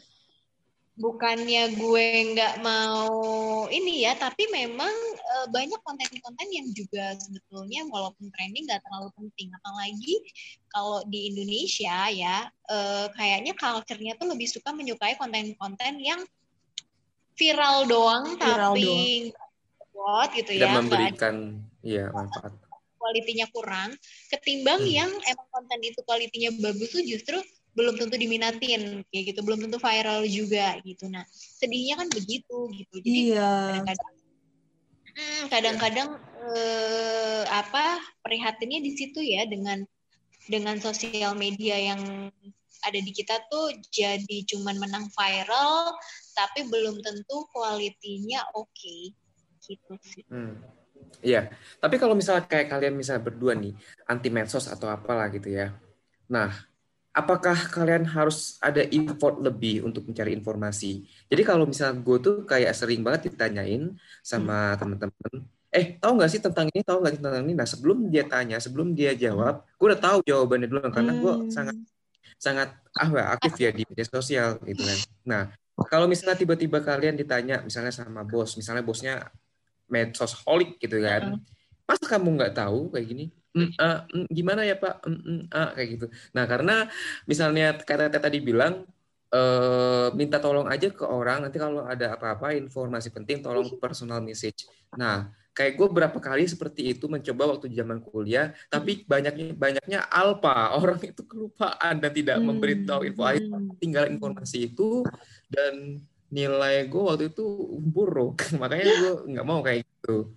bukannya gue nggak mau ini ya, tapi memang uh, banyak konten-konten yang juga sebetulnya walaupun trending nggak terlalu penting, apalagi kalau di Indonesia ya, uh, kayaknya culture-nya tuh lebih suka menyukai konten-konten yang viral doang, Viral tapi buat gitu Tidak ya, memberikan ya manfaat. Kualitinya kurang, ketimbang Hmm. yang emang konten itu kualitinya bagus tuh justru belum tentu diminatin kayak gitu, belum tentu viral juga gitu. Nah sedihnya kan begitu gitu. Jadi iya. kadang-kadang hmm, kadang-kadang eh, apa prihatinnya di situ ya, dengan dengan sosial media yang ada di kita tuh jadi cuman menang viral tapi belum tentu kualitinya oke okay. Gitu sih. Hmm. Iya, tapi kalau misalnya kayak kalian misalnya berdua nih anti medsos atau apalah gitu ya. Nah, apakah kalian harus ada effort lebih untuk mencari informasi? Jadi kalau misalnya gue tuh kayak sering banget ditanyain sama teman-teman, eh tahu nggak sih tentang ini, tahu nggak sih tentang ini? Nah sebelum dia tanya, sebelum dia jawab, gue udah tahu jawabannya dulu karena gue Hmm. sangat sangat ah aktif ya di media sosial gitu kan. Nah kalau misalnya tiba-tiba kalian ditanya misalnya sama bos, misalnya bosnya medsos holic gitu kan, masa kamu nggak tahu kayak gini? Mm, uh, mm, gimana ya Pak? Mm, mm, uh, kayak gitu. Nah karena misalnya kata tadi bilang uh, minta tolong aja ke orang, nanti kalau ada apa-apa informasi penting tolong personal message. Nah kayak gue berapa kali seperti itu mencoba waktu zaman kuliah, tapi banyaknya banyaknya alpa orang itu kelupaan dan tidak Hmm. memberitahu info, Hmm. tinggal informasi itu dan nilai gue waktu itu buruk, makanya gue nggak mau kayak gitu.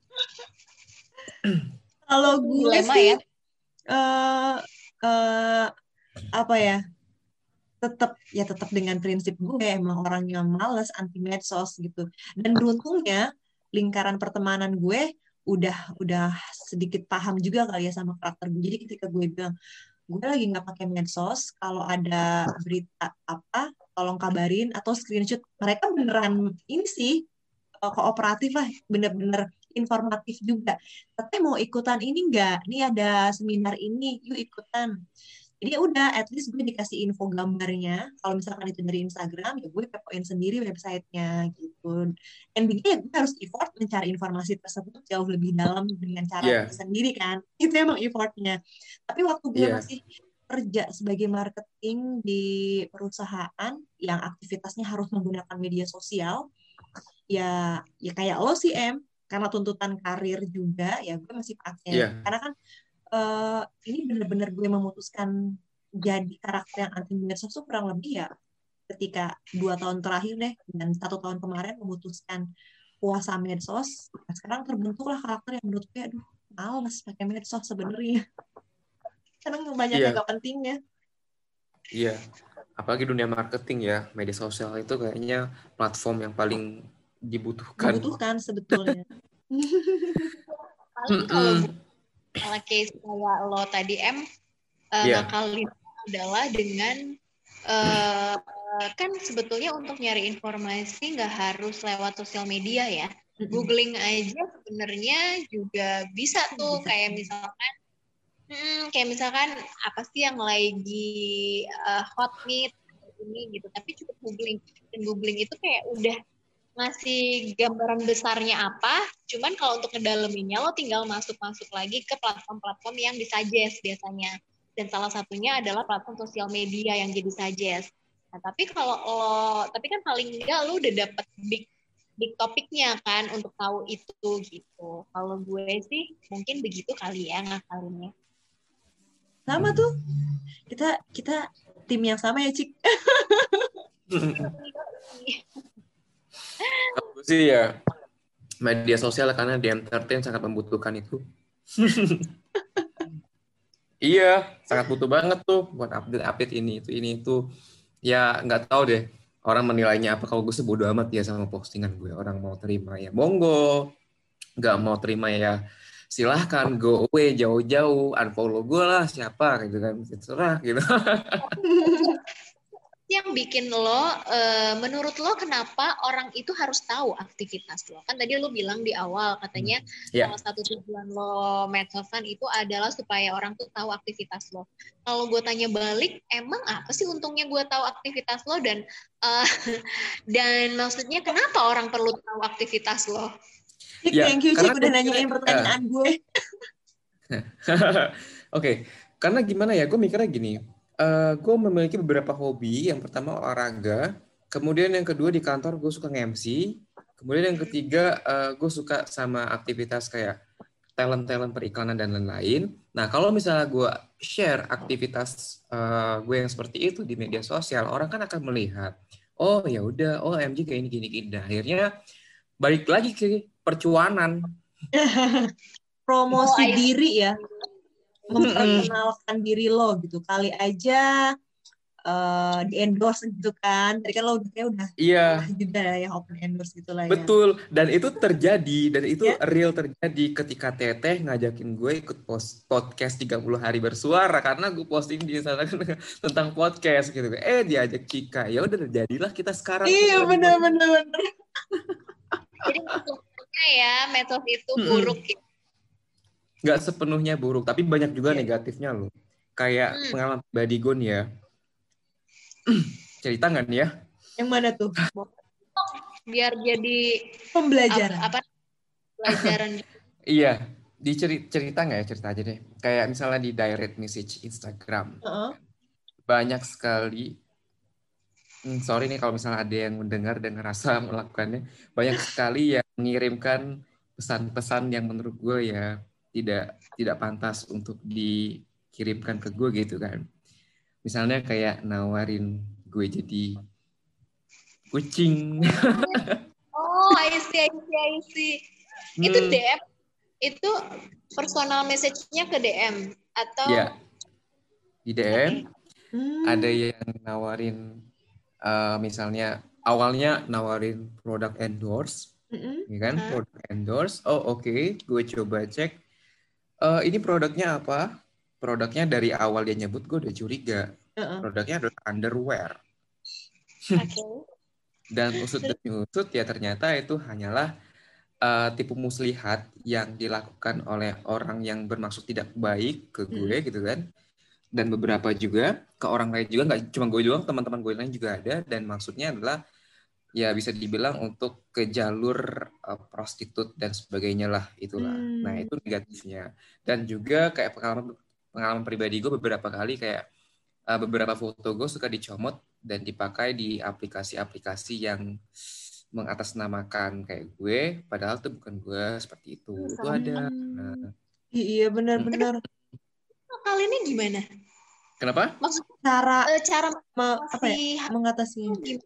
Kalau gue Dilema sih ya. uh, uh, apa ya, tetap ya tetap dengan prinsip gue emang orang yang malas anti medsos gitu. Dan beruntungnya lingkaran pertemanan gue udah udah sedikit paham juga kali ya sama karakter gue. Jadi ketika gue bilang gue lagi nggak pakai medsos, kalau ada berita apa tolong kabarin atau screenshot, mereka beneran ini sih kooperatif lah, bener-bener informatif juga. Tapi mau ikutan ini nggak? Nih ada seminar ini, yuk ikutan. Jadi udah, at least gue dikasih info gambarnya. Kalau misalkan itu dari Instagram, ya gue kepoin sendiri websitenya gitu. Dan begini ya gue harus effort mencari informasi tersebut jauh lebih dalam dengan cara Yeah. gue sendiri kan. Itu emang effortnya. Tapi waktu gue Yeah. masih kerja sebagai marketing di perusahaan yang aktivitasnya harus menggunakan media sosial, ya ya kayak lo sih Em, karena tuntutan karir juga ya gue masih pakai. Yeah. Karena kan uh, ini benar-benar gue memutuskan jadi karakter yang anti medsos tuh kurang lebih ya ketika dua tahun terakhir deh dan satu tahun kemarin memutuskan puasa medsos. Nah, sekarang terbentuklah karakter yang menurut gue aduh males pakai medsos sebenarnya. Karena banyaknya Iya. gak pentingnya. Iya, apalagi dunia marketing ya, media sosial itu kayaknya platform yang paling dibutuhkan. Dibutuhkan sebetulnya. Paling kalau kalau case kayak lo tadi M uh, Yeah. ngakalin adalah dengan uh, kan sebetulnya untuk nyari informasi nggak harus lewat sosial media ya. Googling aja sebenarnya juga bisa tuh, Bisa. kayak misalkan hmm, kayak misalkan apa sih yang lagi uh, hot nih ini gitu, tapi cukup googling, dan googling itu kayak udah ngasih gambaran besarnya apa, cuman kalau untuk ngedaleminya lo tinggal masuk-masuk lagi ke platform-platform yang disuggest biasanya, dan salah satunya adalah platform sosial media yang jadi suggest. Nah, tapi kalau lo, tapi kan paling enggak lo udah dapet big big topiknya kan untuk tahu itu gitu. Kalau gue sih mungkin begitu kali ya ngakalinnya. Sama tuh. Kita kita tim yang sama ya, Cik. Aku sih ya media sosial karena di entertain sangat membutuhkan itu. Iya, sangat butuh banget tuh buat update-update ini itu ini itu. Ya nggak tahu deh orang menilainya apa. Kalau gue sih bodo amat ya sama postingan gue. Orang mau terima ya monggo, nggak mau terima ya silahkan, go away jauh-jauh, unfollow gue lah siapa gitu kan, terserah gitu. Yang bikin lo, uh, menurut lo kenapa orang itu harus tahu aktivitas lo? Kan tadi lo bilang di awal katanya hmm. yeah. salah satu tujuan lo medsosan itu adalah supaya orang tuh tahu aktivitas lo. Kalau gue tanya balik, emang apa sih untungnya gue tahu aktivitas lo dan uh, dan maksudnya kenapa orang perlu tahu aktivitas lo? Cik, ya, thank you Cik udah nanyain pertanyaan uh, gue. Oke, okay. Karena gimana ya? Gue mikirnya gini. Uh, gue memiliki beberapa hobi. Yang pertama olahraga, kemudian yang kedua di kantor gue suka nge-M C, kemudian yang ketiga uh, gue suka sama aktivitas kayak talent-talent periklanan dan lain-lain. Nah kalau misalnya gue share aktivitas uh, gue yang seperti itu di media sosial, orang kan akan melihat, oh ya udah, oh M J kayak ini gini gini. Nah, akhirnya balik lagi ke percuanan. Promosi oh, diri ya. Memperkenalkan diri lo gitu, kali aja uh, di endorse gitu kan. Tadi kan lo kayak udah iya juga yang open endorse gitu lah ya. Betul, dan itu terjadi dan itu yeah. real terjadi ketika Teteh ngajakin gue ikut post podcast tiga puluh hari bersuara karena gue posting di sana tentang podcast gitu. Eh diajak Cika, ya udah terjadilah kita sekarang. Iya benar benar benar. Jadi maksudnya ya medsos itu buruk gitu. Nggak sepenuhnya buruk, tapi banyak juga yeah. negatifnya loh. Kayak hmm. pengalaman pribadi gue nih ya. Cerita nggak nih ya? Yang mana tuh? Biar jadi pembelajaran. Apa, apa pelajaran. Iya, dicerita cerita nggak ya? Cerita aja deh. Kayak misalnya di direct message Instagram. Uh-huh. Banyak sekali. Hmm, sorry nih kalau misalnya ada yang mendengar dan ngerasa melakukannya. Banyak sekali yang mengirimkan pesan-pesan yang menurut gue ya tidak tidak pantas untuk dikirimkan ke gue gitu kan. Misalnya kayak nawarin gue jadi kucing. Oh, I see, I see, I see. Hmm. Itu D M, itu personal message-nya ke D M atau? Ya, di D M hmm. ada yang nawarin, uh, misalnya awalnya nawarin produk endorse, mm-hmm. ya kan, uh-huh. produk endorse. Oh oke, okay. gue coba cek. Uh, ini produknya apa? Produknya dari awal dia nyebut gue udah curiga. Uh-uh. Produknya adalah underwear. Okay. Dan usut dan usut ya ternyata itu hanyalah uh, tipu muslihat yang dilakukan oleh orang yang bermaksud tidak baik ke gue hmm. gitu kan. Dan beberapa juga ke orang lain juga, nggak cuma gue doang, teman-teman gue lain juga ada. Dan maksudnya adalah ya bisa dibilang untuk ke jalur uh, prostitut dan sebagainya lah itulah. Hmm. Nah itu negatifnya. Dan juga kayak pengalaman pengalaman pribadi gue beberapa kali kayak uh, beberapa foto gue suka dicomot dan dipakai di aplikasi-aplikasi yang mengatasnamakan kayak gue, padahal itu bukan gue seperti itu. Hmm. Itu ada. Nah, iya benar-benar. Kali ini gimana? Kenapa? Maksudnya cara uh, cara me- apa ya, mengatasi?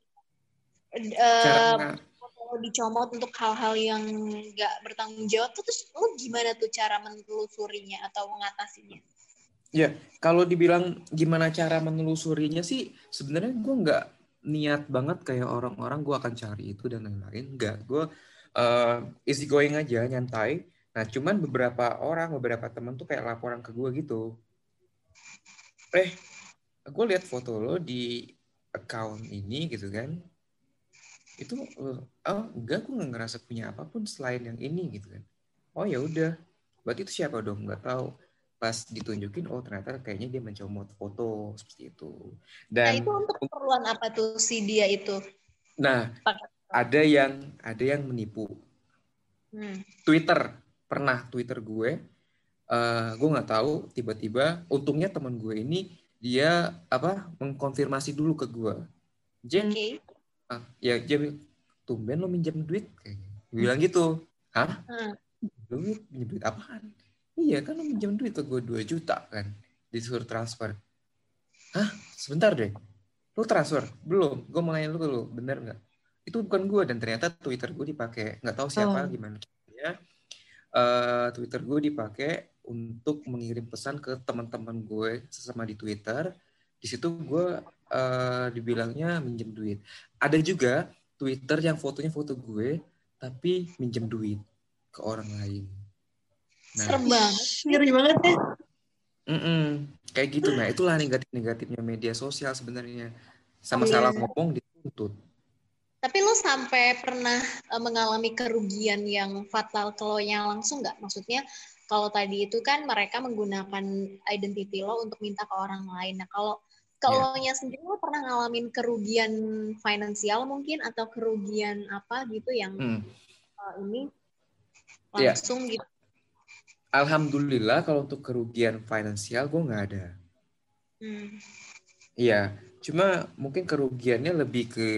Uh, kalau dicomot untuk hal-hal yang nggak bertanggung jawab tuh, terus lu gimana tuh cara menelusurinya atau mengatasinya? Ya, kalau dibilang gimana cara menelusurinya sih, sebenarnya gue nggak niat banget kayak orang-orang gue akan cari itu dan lain-lain. Nggak, gue uh, easy going aja, nyantai. Nah, cuman beberapa orang, beberapa teman tuh kayak laporan ke gue gitu. Eh, gue lihat foto lo di account ini gitu kan. Itu oh enggak, gue nggak ngerasa punya apapun selain yang ini gitu kan. Oh ya udah, berarti itu siapa dong, nggak tahu. Pas ditunjukin, oh ternyata kayaknya dia mencomot foto seperti itu. Dan nah itu untuk keperluan apa tuh si dia itu? Nah ada yang ada yang menipu. hmm. Twitter pernah Twitter gue, uh, gue nggak tahu, tiba-tiba untungnya teman gue ini dia apa mengkonfirmasi dulu ke gue. Jen, Oke. ah, ya Jen, tumben lo minjem duit kayaknya. Gue bilang gitu. Hah? Hmm. Duit, minjem duit apaan? Iya kan lo minjem duit ke gue dua juta kan. Disuruh transfer. Hah? Sebentar deh. Lo transfer? Belum. Gue mau nanya lu dulu, bener nggak? Itu bukan gue, dan ternyata Twitter gue dipakai. Nggak tahu siapa, Oh. gimana caranya. Uh, Twitter gue dipakai untuk mengirim pesan ke teman-teman gue sesama di Twitter. Di situ gue uh, dibilangnya minjem duit. Ada juga Twitter yang fotonya foto gue, tapi minjem duit ke orang lain. Nah, Serem banget. Ngeri banget ya. Mm-mm. Kayak gitu. Nah, itulah negatif-negatifnya media sosial sebenarnya. Sama Iya. salah ngomong dituntut. Tapi lo sampai pernah uh, mengalami kerugian yang fatal ke lo yang langsung nggak? Maksudnya kalau tadi itu kan mereka menggunakan identity lo untuk minta ke orang lain. Nah kalau ke Iya. lo-nya sendiri lo pernah ngalamin kerugian finansial mungkin atau kerugian apa gitu yang Hmm. uh, ini Iya. langsung gitu? Alhamdulillah kalau untuk kerugian finansial gue nggak ada. Hmm. Iya, cuma mungkin kerugiannya lebih ke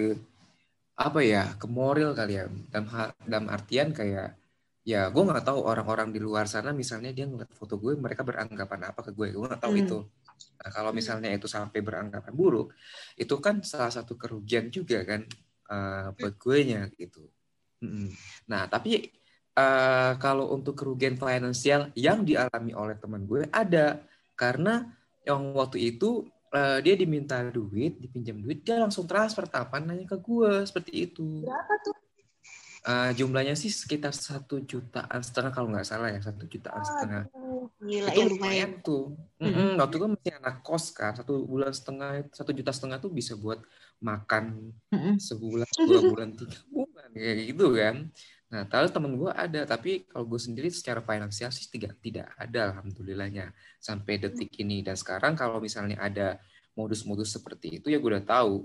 apa ya, ke moral kali ya. Dalam, ha- dalam artian kayak ya gue nggak tahu orang-orang di luar sana misalnya dia ngeliat foto gue, mereka beranggapan apa ke gue, gue nggak tahu Hmm. itu. Nah, kalau Hmm. misalnya itu sampai beranggapan buruk, itu kan salah satu kerugian juga kan uh, buat gue nya gitu. Mm-mm. Nah, tapi uh, kalau untuk kerugian finansial yang dialami oleh teman gue ada, karena yang waktu itu uh, dia diminta duit, dipinjam duit, dia langsung transfer tapan nanya ke gue seperti itu. Berapa tuh? Uh, jumlahnya sih sekitar satu jutaan setengah kalau nggak salah ya, satu jutaan setengah. Aduh, gila Itu ya lumayan lumayan. tuh. Mm-mm. Waktu itu masih anak kos kan, satu bulan setengah, satu juta setengah tuh bisa buat makan Mm-mm. sebulan, dua bulan, tiga bulan kayak gitu kan. Nah, tahu temen gue ada, tapi kalau gue sendiri secara finansial sih tidak tidak ada, alhamdulillahnya sampai detik ini. Dan sekarang kalau misalnya ada modus-modus seperti itu ya gue udah tahu.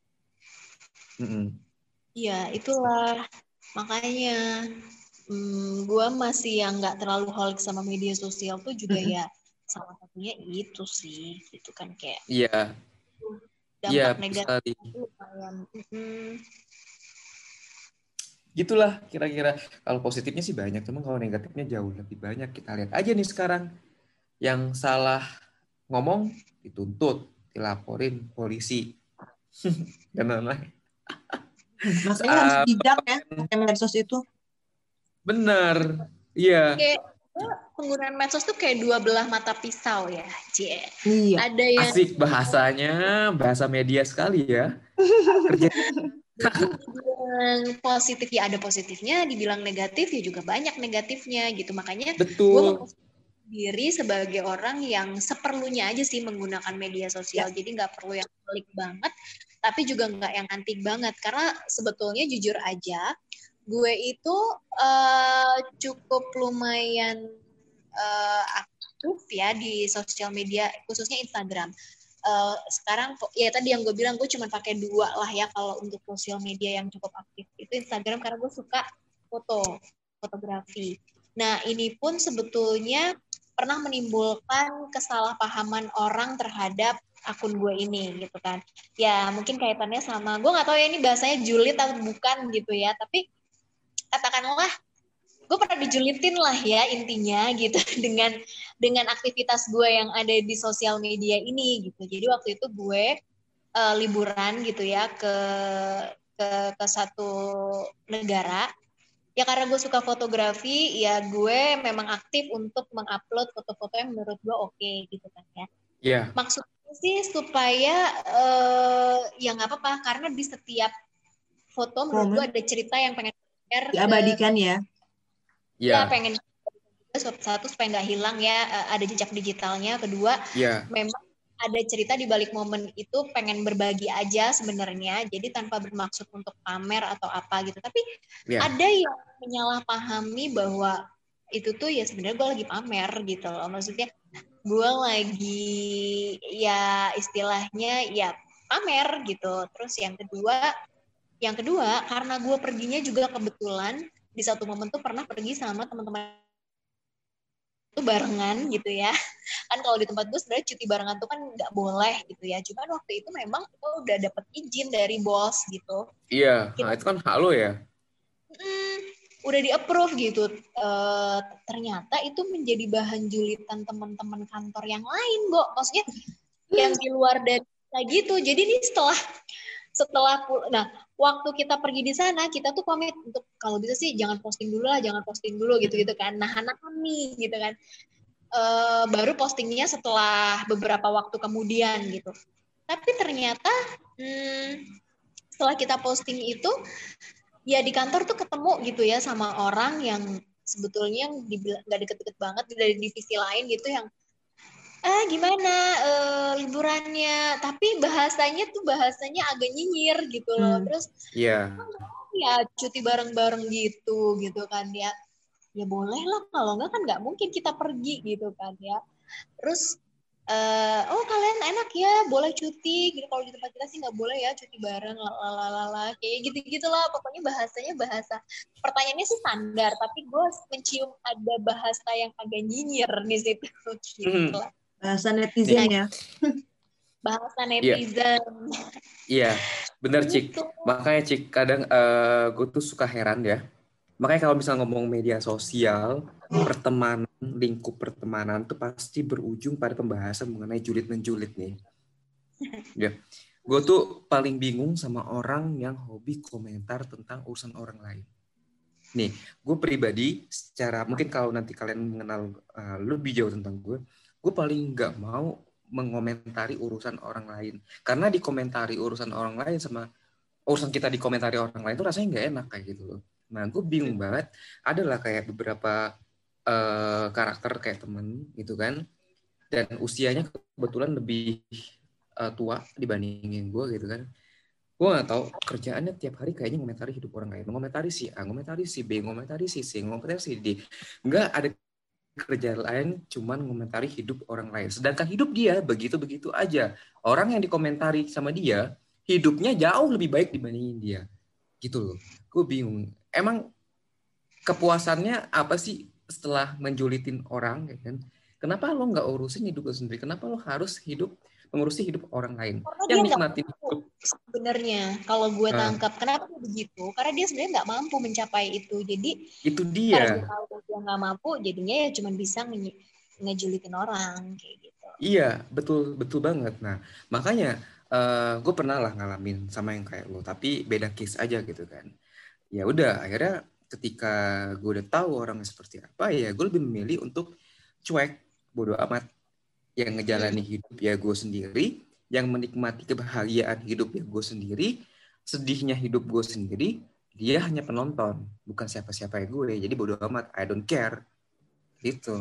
Mm-mm. Iya, itulah makanya hmm, gue masih yang nggak terlalu holik sama media sosial tuh juga Mm-mm. ya salah satunya itu sih, gitu kan kayak Iya, dampak iya negatif sekali. itu lumayan. Hmm, Gitulah kira-kira. Kalau positifnya sih banyak, cuman kalau negatifnya jauh lebih banyak. Kita lihat aja nih sekarang. Yang salah ngomong dituntut, dilaporin polisi dan lain-lain. Makanya harus Ah, bijak ya pakai medsos itu. bener, iya. kayak eh, penggunaan medsos tuh kayak dua belah mata pisau ya, Cie. Iya. Ada yang Asik bahasanya, bahasa media sekali ya. Kerja. dibilang positif ya ada positifnya, dibilang negatif ya juga banyak negatifnya gitu. Makanya gue Betul. mau diri sebagai orang yang seperlunya aja sih menggunakan media sosial. Jadi nggak perlu yang pelik banget, tapi juga nggak yang antik banget. Karena sebetulnya jujur aja, gue itu uh, cukup lumayan uh, aktif ya di sosial media, khususnya Instagram. Uh, sekarang ya tadi yang gue bilang gue cuma pakai dua lah ya kalau untuk sosial media yang cukup aktif itu Instagram karena gue suka foto, fotografi. Nah ini pun sebetulnya pernah menimbulkan kesalahpahaman orang terhadap akun gue ini gitu kan. Ya mungkin kaitannya sama, gue gak tahu ya ini bahasanya julid atau bukan gitu ya, tapi katakanlah gue pernah dijulitin lah ya intinya gitu dengan dengan aktivitas gue yang ada di sosial media ini gitu. Jadi waktu itu gue uh, liburan gitu ya ke ke ke satu negara. Ya karena gue suka fotografi, ya gue memang aktif untuk mengupload foto-foto yang menurut gue oke okay, gitu kan ya. Yeah. Maksudnya sih supaya uh, ya nggak apa-apa karena di setiap foto menurut gue ada cerita yang pengen share diabadikan ya. Ya, ya pengen satu supaya nggak hilang ya, ada jejak digitalnya. Kedua, yeah. memang ada cerita di balik momen itu pengen berbagi aja sebenarnya, jadi tanpa bermaksud untuk pamer atau apa gitu. Tapi yeah. ada yang menyalahpahami bahwa itu tuh ya sebenarnya gue lagi pamer gitu loh. Maksudnya gue lagi ya istilahnya ya pamer gitu. Terus yang kedua, yang kedua karena gue perginya juga kebetulan di satu momen tuh pernah pergi sama teman-teman itu barengan gitu ya. Kan kalau di tempat gue sebenarnya cuti barengan tuh kan nggak boleh gitu ya. Cuman waktu itu memang kita udah dapet izin dari bos gitu. Iya, Kita nah itu kan hak lo ya. hmm, udah di-approve gitu. Uh, ternyata itu menjadi bahan julitan teman-teman kantor yang lain, Bo. Maksudnya yang di luar dari kita gitu. Jadi ini setelah setelah nah waktu kita pergi di sana kita tuh pamit untuk kalau bisa sih jangan posting dulu lah, jangan posting dulu gitu-gitu kan. Nahan-nahan nih gitu kan. Uh, baru postingnya setelah beberapa waktu kemudian gitu. Tapi ternyata hmm, setelah kita posting itu ya di kantor tuh ketemu gitu ya sama orang yang sebetulnya nggak deket-deket banget dari divisi lain gitu yang ah gimana uh, liburannya, tapi bahasanya tuh bahasanya agak nyinyir gitu loh. Terus iya yeah. ya cuti bareng-bareng gitu gitu kan ya ya boleh lah, kalau nggak kan nggak mungkin kita pergi gitu kan ya. Terus uh, oh kalian enak ya boleh cuti gitu, kalau di tempat kita sih nggak boleh ya cuti bareng lalalala kayak gitu gitulah. Pokoknya bahasanya bahasa pertanyaannya sih standar, tapi gue mencium ada bahasa yang agak nyinyir di situ gitu lah. Bahasa netizen ya. Bahasa netizen. Iya, bener Cik. Makanya Cik, kadang uh, gue tuh suka heran ya. Makanya kalau misalnya ngomong media sosial, pertemanan, lingkup pertemanan tuh pasti berujung pada pembahasan mengenai julid menjulit nih. Ya, gue tuh paling bingung sama orang yang hobi komentar tentang urusan orang lain. Nih, gue pribadi secara mungkin kalau nanti kalian mengenal uh, lebih jauh tentang gue, gue paling nggak mau mengomentari urusan orang lain. Karena dikomentari urusan orang lain sama urusan kita dikomentari orang lain itu rasanya nggak enak kayak gitu loh. Nah, gue bingung banget. Adalah kayak beberapa uh, karakter kayak temen gitu kan. Dan usianya kebetulan lebih uh, tua dibandingin gue gitu kan. Gue nggak tahu kerjaannya tiap hari kayaknya ngomentari hidup orang lain. Ngomentari si A, ngomentari si B, ngomentari si C, ngomentari si D. Nggak ada kerjaan lain cuman ngomentari hidup orang lain. Sedangkan hidup dia begitu-begitu aja. Orang yang dikomentari sama dia, hidupnya jauh lebih baik dibandingin dia. Gitu loh. Gue bingung. Emang kepuasannya apa sih setelah menjulitin orang, ya kan? Kenapa lo nggak urusin hidup lo sendiri? Kenapa lo harus hidup mengurusi hidup orang lain? Karena yang dia nikmatin hidup. Sebenarnya kalau gue tangkap, uh. kenapa begitu? Karena dia sebenarnya nggak mampu mencapai itu. Jadi itu dia. Karena dia tahu dia nggak mampu, jadinya ya cuma bisa nge- ngejulitin orang kayak gitu. Iya, betul betul banget. Nah, makanya uh, gue pernah lah ngalamin sama yang kayak lo, tapi beda case aja gitu kan. Ya udah, akhirnya ketika gue udah tahu orangnya seperti apa, ya gue lebih memilih untuk cuek, bodo amat. Yang ngejalani hidup ya gue sendiri, yang menikmati kebahagiaan hidup ya gue sendiri, sedihnya hidup gue sendiri, dia hanya penonton, bukan siapa-siapa ya gue. Jadi bodo amat, I don't care. Gitu.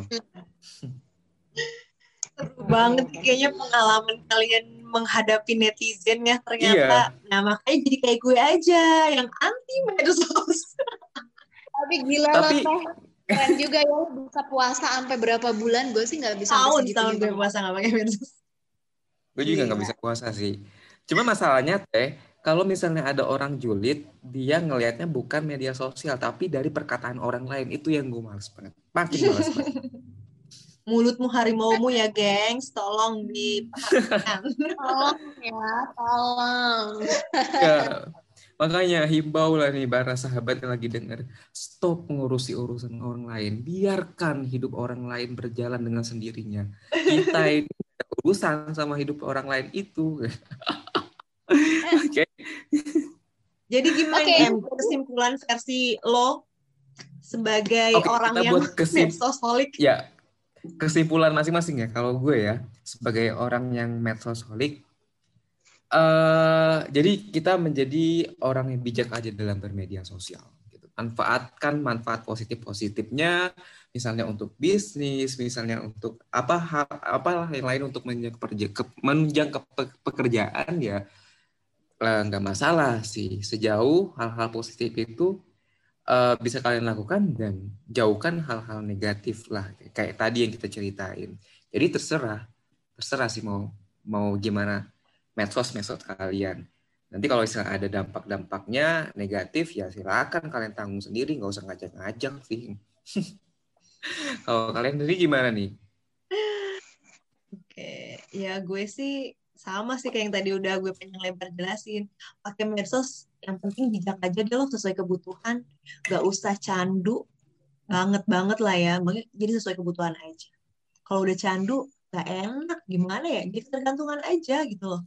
Seru banget kayaknya pengalaman kalian menghadapi netizen ya ternyata. Iya. Nah makanya jadi kayak gue aja yang anti medsos. Tapi gila Tapi... loh keren juga ya, bisa puasa sampai berapa bulan. Gue sih nggak bisa tahun tahun gue puasa nggak pakai medsos. Gue juga nggak bisa puasa sih. Cuma masalahnya teh, kalau misalnya ada orang julid, dia ngelihatnya bukan media sosial, tapi dari perkataan orang lain. Itu yang gue males banget. Makin males banget. Mulutmu harimaumu ya, gengs. Tolong diperhatikan. Tolong ya, tolong. Ya. Makanya himbau lah nih para sahabat yang lagi dengar, stop mengurusi urusan orang lain, biarkan hidup orang lain berjalan dengan sendirinya. Kita ini ada urusan sama hidup orang lain itu. Oke. Okay. Jadi gimana okay. Em, kesimpulan versi lo sebagai okay, orang yang kesim- medsoholik? Ya, kesimpulan masing-masing ya. Kalau gue ya sebagai orang yang medsoholik. Uh, jadi kita menjadi orang yang bijak aja dalam bermedia sosial. Gitu. Manfaatkan manfaat positif-positifnya, misalnya untuk bisnis, misalnya untuk apa hal, apalah yang lain untuk menunjang, ke, menunjang ke pekerjaan ya uh, nggak masalah sih. Sejauh hal-hal positif itu uh, bisa kalian lakukan dan jauhkan hal-hal negatif lah, kayak tadi yang kita ceritain. Jadi terserah, terserah sih mau mau gimana. medsos-medsos kalian. Nanti kalau misalnya ada dampak-dampaknya negatif, ya silakan kalian tanggung sendiri, nggak usah ngajak-ngajak sih. Kalau kalian sendiri gimana nih? Oke, ya gue sih sama sih kayak yang tadi udah gue panjang lebar jelasin. Pakai medsos yang penting bijak aja deh lo, sesuai kebutuhan. Gak usah candu banget-banget lah ya. Jadi sesuai kebutuhan aja. Kalau udah candu gak enak, gimana ya? Jadi tergantungan aja gitu loh.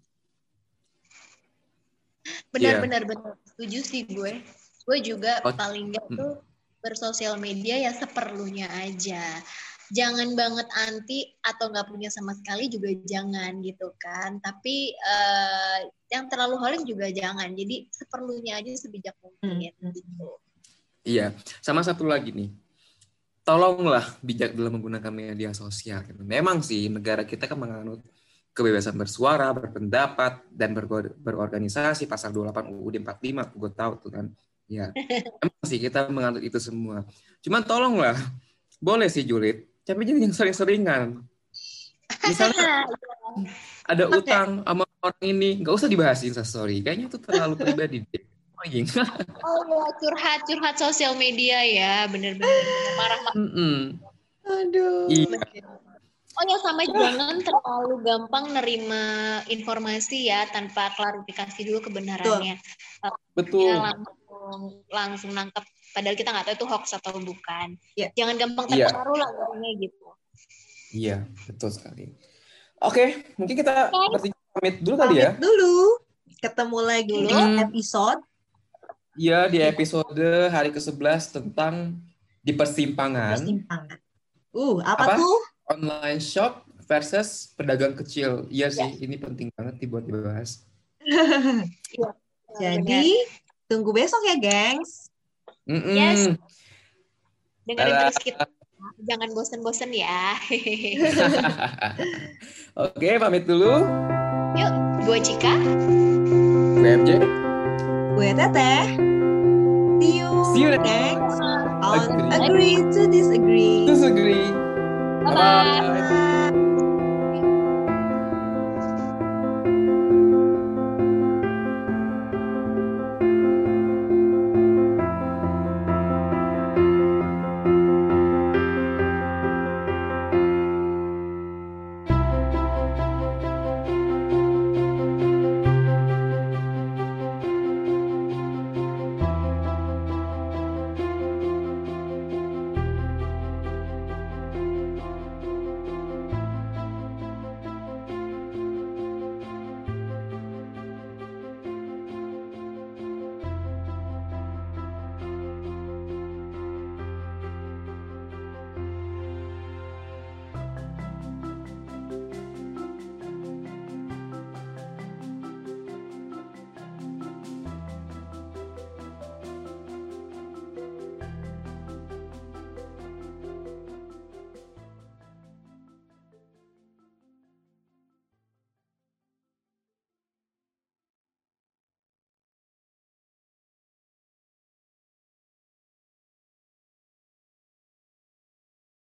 Benar-benar benar. Setuju sih gue. Gue juga Oh, paling nggak mm, tuh bersosial media ya seperlunya aja. Jangan banget anti atau nggak punya sama sekali juga jangan gitu kan. Tapi eh, yang terlalu holik juga jangan. Jadi seperlunya aja sebijak mungkin Hmm. gitu. iya. Sama satu lagi nih. Tolonglah bijak dalam menggunakan media sosial. Gitu. Memang sih negara kita kan menganut kebebasan bersuara, berpendapat, dan bergo- berorganisasi, pasal dua puluh delapan U U D empat puluh lima, gue tahu tuh kan. Ya, emang sih kita menganut itu semua. Cuman tolonglah, boleh sih julid, tapi jangan yang sering-seringan. Misalnya ada Oke. utang sama orang ini, nggak usah dibahas di Instastory. Kayaknya itu terlalu pribadi deh. Annoying. Oh ya, curhat-curhat sosial media ya, bener-bener marah-marah. Mm-mm. Aduh. Iya, Oh ya, sama jangan terlalu gampang nerima informasi ya tanpa klarifikasi dulu kebenarannya. Eh, betul. Ya, langsung langsung nangkep. Padahal kita nggak tahu itu hoax atau bukan. Iya. Jangan gampang Iya. terpengaruh lah intinya gitu. Iya, betul sekali. Oke, mungkin kita Oke. bertiga pamit dulu kali ya. Pamit dulu. Ketemu lagi Dulu. di episode Iya, di episode hari kesebelas tentang di persimpangan persimpangan. Uh, apa, Apa? tuh? online shop versus pedagang kecil. Iya sih, ini penting banget dibuat dibahas. Jadi, tunggu besok ya, gengs. Mm-mm. Yes. Dengerin Dadah. terus kita. Jangan bosen-bosen ya. Oke, pamit dulu. Yuk, gue Cika. Gue M J. Gue Teteh. See you, See you next next on Agree. Agree to Disagree. Disagree. Bye-bye. Bye-bye.